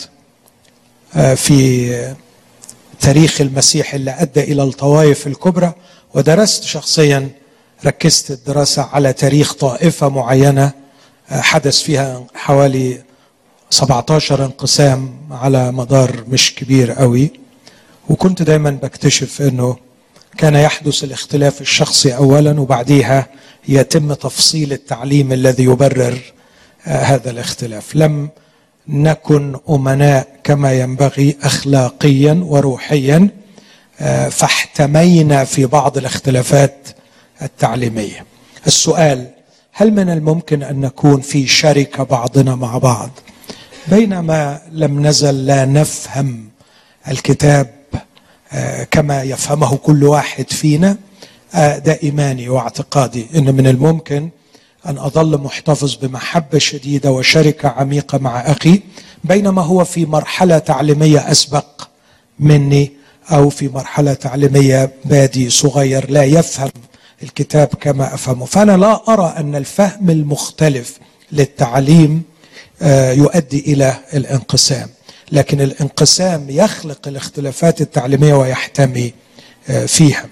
في تاريخ المسيح اللي أدى إلى الطوائف الكبرى، ودرست شخصيا ركزت الدراسة على تاريخ طائفة معينة حدث فيها حوالي سبعة عشر انقسام على مدار مش كبير قوي. وكنت دايما بكتشف أنه كان يحدث الاختلاف الشخصي أولا وبعديها يتم تفصيل التعليم الذي يبرر هذا الاختلاف. لم نكن أمناء كما ينبغي أخلاقيا وروحيا فاحتمينا في بعض الاختلافات التعليمية. السؤال: هل من الممكن أن نكون في شركة بعضنا مع بعض بينما لم نزل لا نفهم الكتاب كما يفهمه كل واحد فينا؟ ده إيماني واعتقادي أن من الممكن أن أظل محتفظ بمحبة شديدة وشركة عميقة مع أخي بينما هو في مرحلة تعليمية أسبق مني أو في مرحلة تعليمية بادي صغير لا يفهم الكتاب كما أفهمه. فأنا لا أرى أن الفهم المختلف للتعليم يؤدي إلى الانقسام، لكن الانقسام يخلق الاختلافات التعليمية ويحتمي فيها.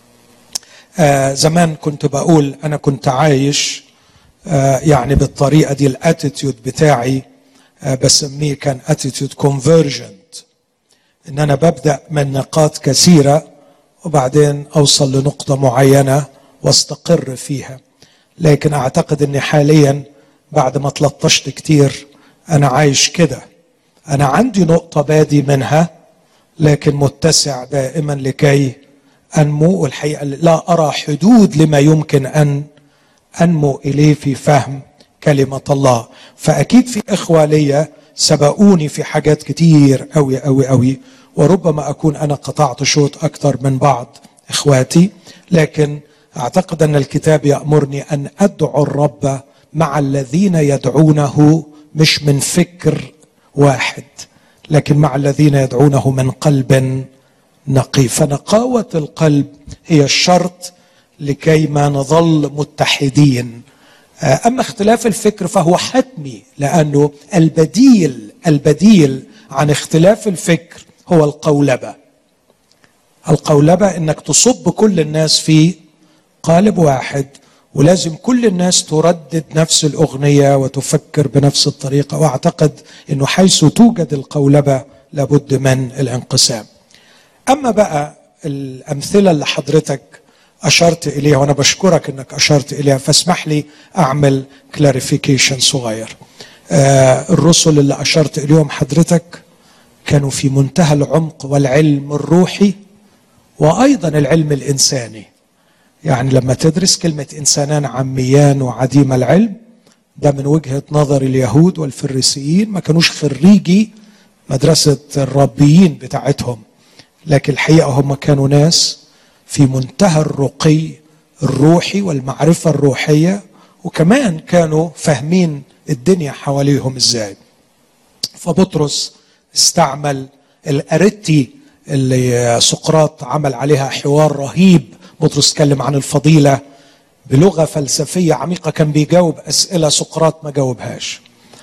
زمان كنت بقول أنا كنت عايش يعني بالطريقة دي، الاتيتيود بتاعي بسميه كان اتيتيود كونفرجنت، ان انا ببدأ من نقاط كثيرة وبعدين اوصل لنقطة معينة واستقر فيها. لكن اعتقد اني حاليا بعد ما تلطشت كتير انا عايش كده، انا عندي نقطة بادي منها لكن متسع دائما لكي انمو، والحقيقة لا ارى حدود لما يمكن ان أنمو إليه في فهم كلمة الله. فأكيد في إخوة لي سبقوني في حاجات كتير أوي أوي أوي، وربما أكون أنا قطعت شوط أكتر من بعض إخواتي، لكن أعتقد أن الكتاب يأمرني أن أدعو الرب مع الذين يدعونه مش من فكر واحد لكن مع الذين يدعونه من قلب نقي. فنقاوة القلب هي الشرط لكي ما نظل متحدين أما اختلاف الفكر فهو حتمي، لأنه البديل البديل عن اختلاف الفكر هو القولبة. القولبة إنك تصب كل الناس في قالب واحد، ولازم كل الناس تردد نفس الأغنية وتفكر بنفس الطريقة. وأعتقد أنه حيث توجد القولبة لابد من الانقسام. أما بقى الأمثلة اللي حضرتك أشرت إليها، وأنا بشكرك أنك أشرت إليها، فاسمح لي أعمل كلاريفيكيشن صغير. آه الرسل اللي أشرت إليهم حضرتك كانوا في منتهى العمق والعلم الروحي وأيضا العلم الإنساني. يعني لما تدرس كلمة إنسانان عميان وعديم العلم، ده من وجهة نظر اليهود والفريسيين، ما كانوش خريجي مدرسة الربيين بتاعتهم، لكن الحقيقة هم كانوا ناس في منتهى الرقي الروحي والمعرفة الروحية، وكمان كانوا فاهمين الدنيا حواليهم ازاي. فبطرس استعمل الأريتي اللي سقراط عمل عليها حوار رهيب. بطرس اتكلم عن الفضيلة بلغة فلسفية عميقة، كان بيجاوب أسئلة سقراط ما جاوبهاش.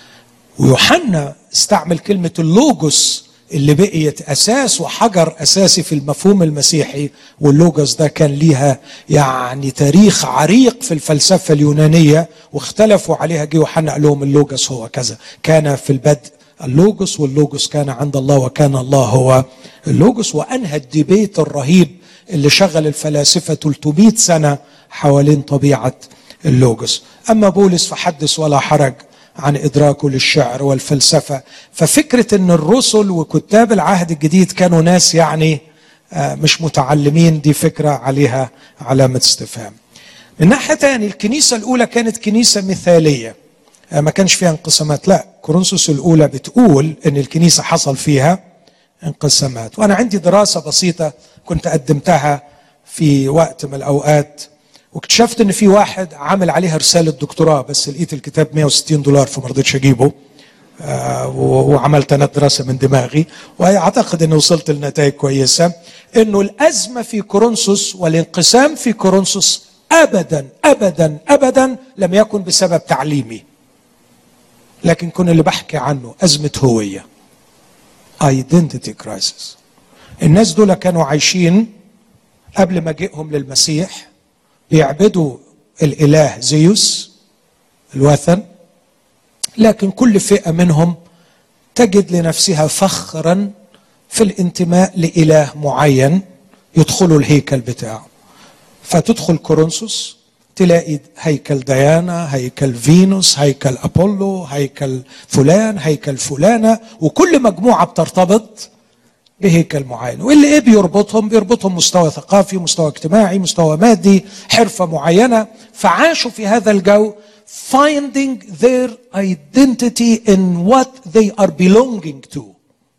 ويوحنا استعمل كلمة اللوجوس اللي بقيت أساس وحجر أساسي في المفهوم المسيحي، واللوجوس ده كان ليها يعني تاريخ عريق في الفلسفة اليونانية واختلفوا عليها. جه يوحنا قال لهم اللوجوس هو كذا، كان في البدء اللوجوس واللوجوس كان عند الله وكان الله هو اللوجوس. وأنهى الديبيت الرهيب اللي شغل الفلاسفة ثلاثمائة سنة حوالين طبيعة اللوجوس. أما بولس فحدث ولا حرج عن إدراكه للشعر والفلسفة. ففكرة أن الرسل وكتاب العهد الجديد كانوا ناس يعني مش متعلمين، دي فكرة عليها علامة استفهام. من ناحية تانية الكنيسة الأولى كانت كنيسة مثالية، ما كانش فيها انقسامات. لا، كورنثوس الأولى بتقول أن الكنيسة حصل فيها انقسامات. وأنا عندي دراسة بسيطة كنت قدمتها في وقت من الأوقات، واكتشفت ان في واحد عامل عليها رسالة دكتوراه، بس لقيت الكتاب مئة وستين دولار فما رضيتش اجيبه. آه وعملت انا دراسة من دماغي، واعتقد اني وصلت لنتائج كويسة. انه الازمة في كورنثوس والانقسام في كورنثوس ابدا ابدا ابدا لم يكن بسبب تعليمي، لكن كن اللي بحكي عنه ازمة هوية، identity crisis. الناس دول كانوا عايشين قبل مجيئهم للمسيح بيعبدوا الإله زيوس الوثن، لكن كل فئة منهم تجد لنفسها فخرا في الانتماء لإله معين يدخلوا الهيكل بتاعه. فتدخل كورنثوس تلاقي هيكل ديانا، هيكل فينوس، هيكل أبولو، هيكل فلان، هيكل فلانة، وكل مجموعة بترتبط بهيكل معين. واللي ايه بيربطهم؟ بيربطهم مستوى ثقافي، مستوى اجتماعي، مستوى مادي، حرفة معينة. فعاشوا في هذا الجو finding their identity in what they are belonging to.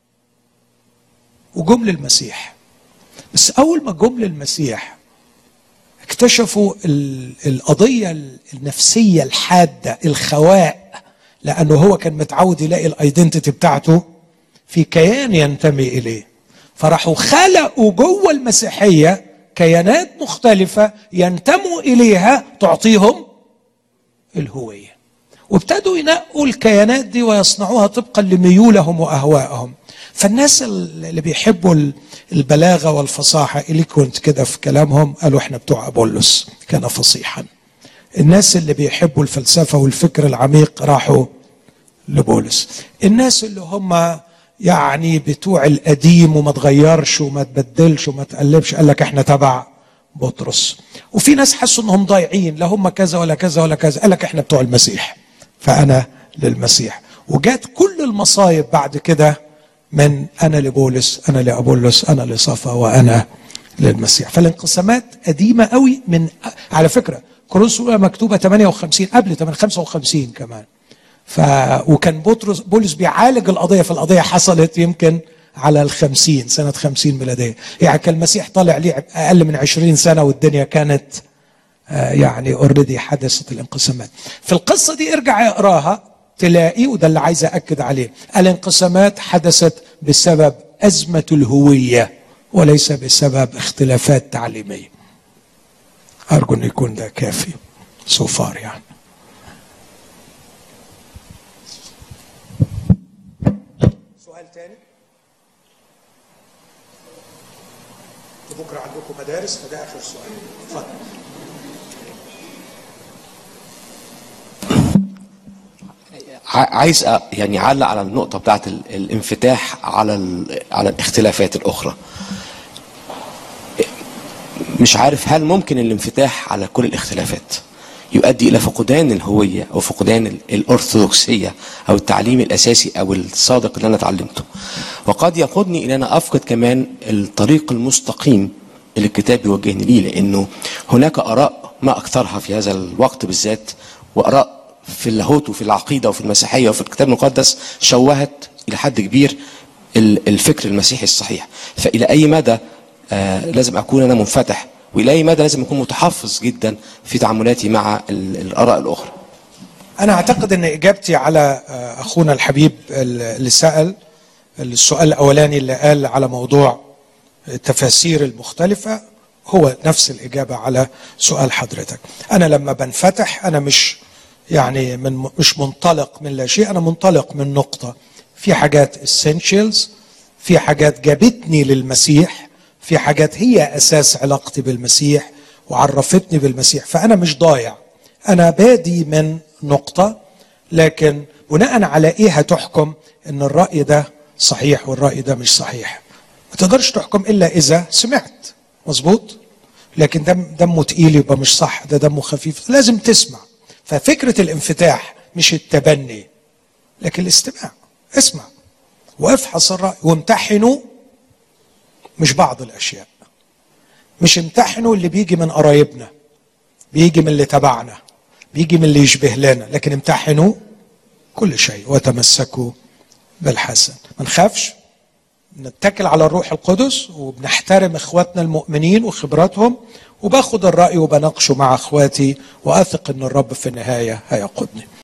وجم للمسيح. بس أول ما جم للمسيح اكتشفوا القضية النفسية الحادة، الخواء، لأنه هو كان متعود يلاقي الايدنتيتي بتاعته في كيان ينتمي إليه. فراحوا خلقوا جوه المسيحية كيانات مختلفة ينتموا إليها تعطيهم الهوية، وابتدوا ينقوا الكيانات دي ويصنعوها طبقا لميولهم وأهوائهم. فالناس اللي بيحبوا البلاغة والفصاحة اللي كنت كده في كلامهم قالوا احنا بتوع أبولس، كان فصيحا. الناس اللي بيحبوا الفلسفة والفكر العميق راحوا لبولس. الناس اللي هم يعني بتوع القديم وما تغيرش وما تبدلش وما تقلبش قال لك احنا تبع بطرس. وفي ناس حسوا انهم ضايعين، لا هم كذا ولا كذا ولا كذا، قال لك احنا بتوع المسيح فانا للمسيح. وجات كل المصايب بعد كده من انا لبولس، انا لابولس، انا لصفا، وانا للمسيح. فالانقسامات قديمه قوي. من على فكره كورنثوس مكتوبه ثمانية وخمسين قبل خمسة وخمسين كمان. ف وكان بطرس بولس بيعالج القضيه، في القضيه حصلت يمكن على الخمسين سنه خمسين ميلاديه. يعني كان المسيح طالع ليه اقل من عشرين سنه والدنيا كانت يعني اوريدي حدثت الانقسامات. في القصه دي ارجع اقراها تلاقي، وده اللي عايز اكد عليه، الانقسامات حدثت بسبب ازمه الهويه وليس بسبب اختلافات تعليميه. ارجو ان يكون ده كافي سو فار يعني. تاني؟ بكره عندكم مدارس فده اخر سؤال. اتفضل. عايز يعني اعلق على النقطه بتاعت الانفتاح على على الاختلافات الاخرى. مش عارف هل ممكن الانفتاح على كل الاختلافات يؤدي الى فقدان الهويه او فقدان الارثوذكسيه او التعليم الاساسي او الصادق اللي انا اتعلمته، وقد يقودني الى انا افقد كمان الطريق المستقيم اللي الكتاب بيوجهني ليه، لانه هناك اراء ما اكثرها في هذا الوقت بالذات، واراء في اللاهوت وفي العقيده وفي المسيحيه وفي الكتاب المقدس شوهت الى حد كبير الفكر المسيحي الصحيح. فالى اي مدى آه لازم اكون انا منفتح، والى اي مدى لازم اكون متحفظ جدا في تعاملاتي مع الاراء الاخرى؟ انا اعتقد ان اجابتي على اخونا الحبيب اللي سال السؤال الاولاني اللي قال على موضوع التفاسير المختلفه هو نفس الاجابه على سؤال حضرتك. انا لما بنفتح انا مش يعني من مش منطلق من لا شيء، انا منطلق من نقطه، في حاجات essentials، في حاجات جابتني للمسيح، في حاجات هي اساس علاقتي بالمسيح وعرفتني بالمسيح، فانا مش ضايع، انا بادي من نقطه، لكن بناء على ايه هتحكم ان الراي ده صحيح والراي ده مش صحيح؟ ما تقدرش تحكم الا اذا سمعت. مظبوط؟ لكن دم دمه تقيل يبقى مش صح، ده دمه خفيف، لازم تسمع. ففكره الانفتاح مش التبني لكن الاستماع. اسمع وافحص الراي وامتحنوا، مش بعض الاشياء، مش امتحنوا اللي بيجي من قرايبنا، بيجي من اللي تبعنا، بيجي من اللي يشبه لنا، لكن امتحنوا كل شيء وتمسكوا بالحسن. ما نخافش، نتكل على الروح القدس وبنحترم اخواتنا المؤمنين وخبراتهم، وباخد الرأي وبناقشه مع اخواتي واثق ان الرب في النهاية هيقودني.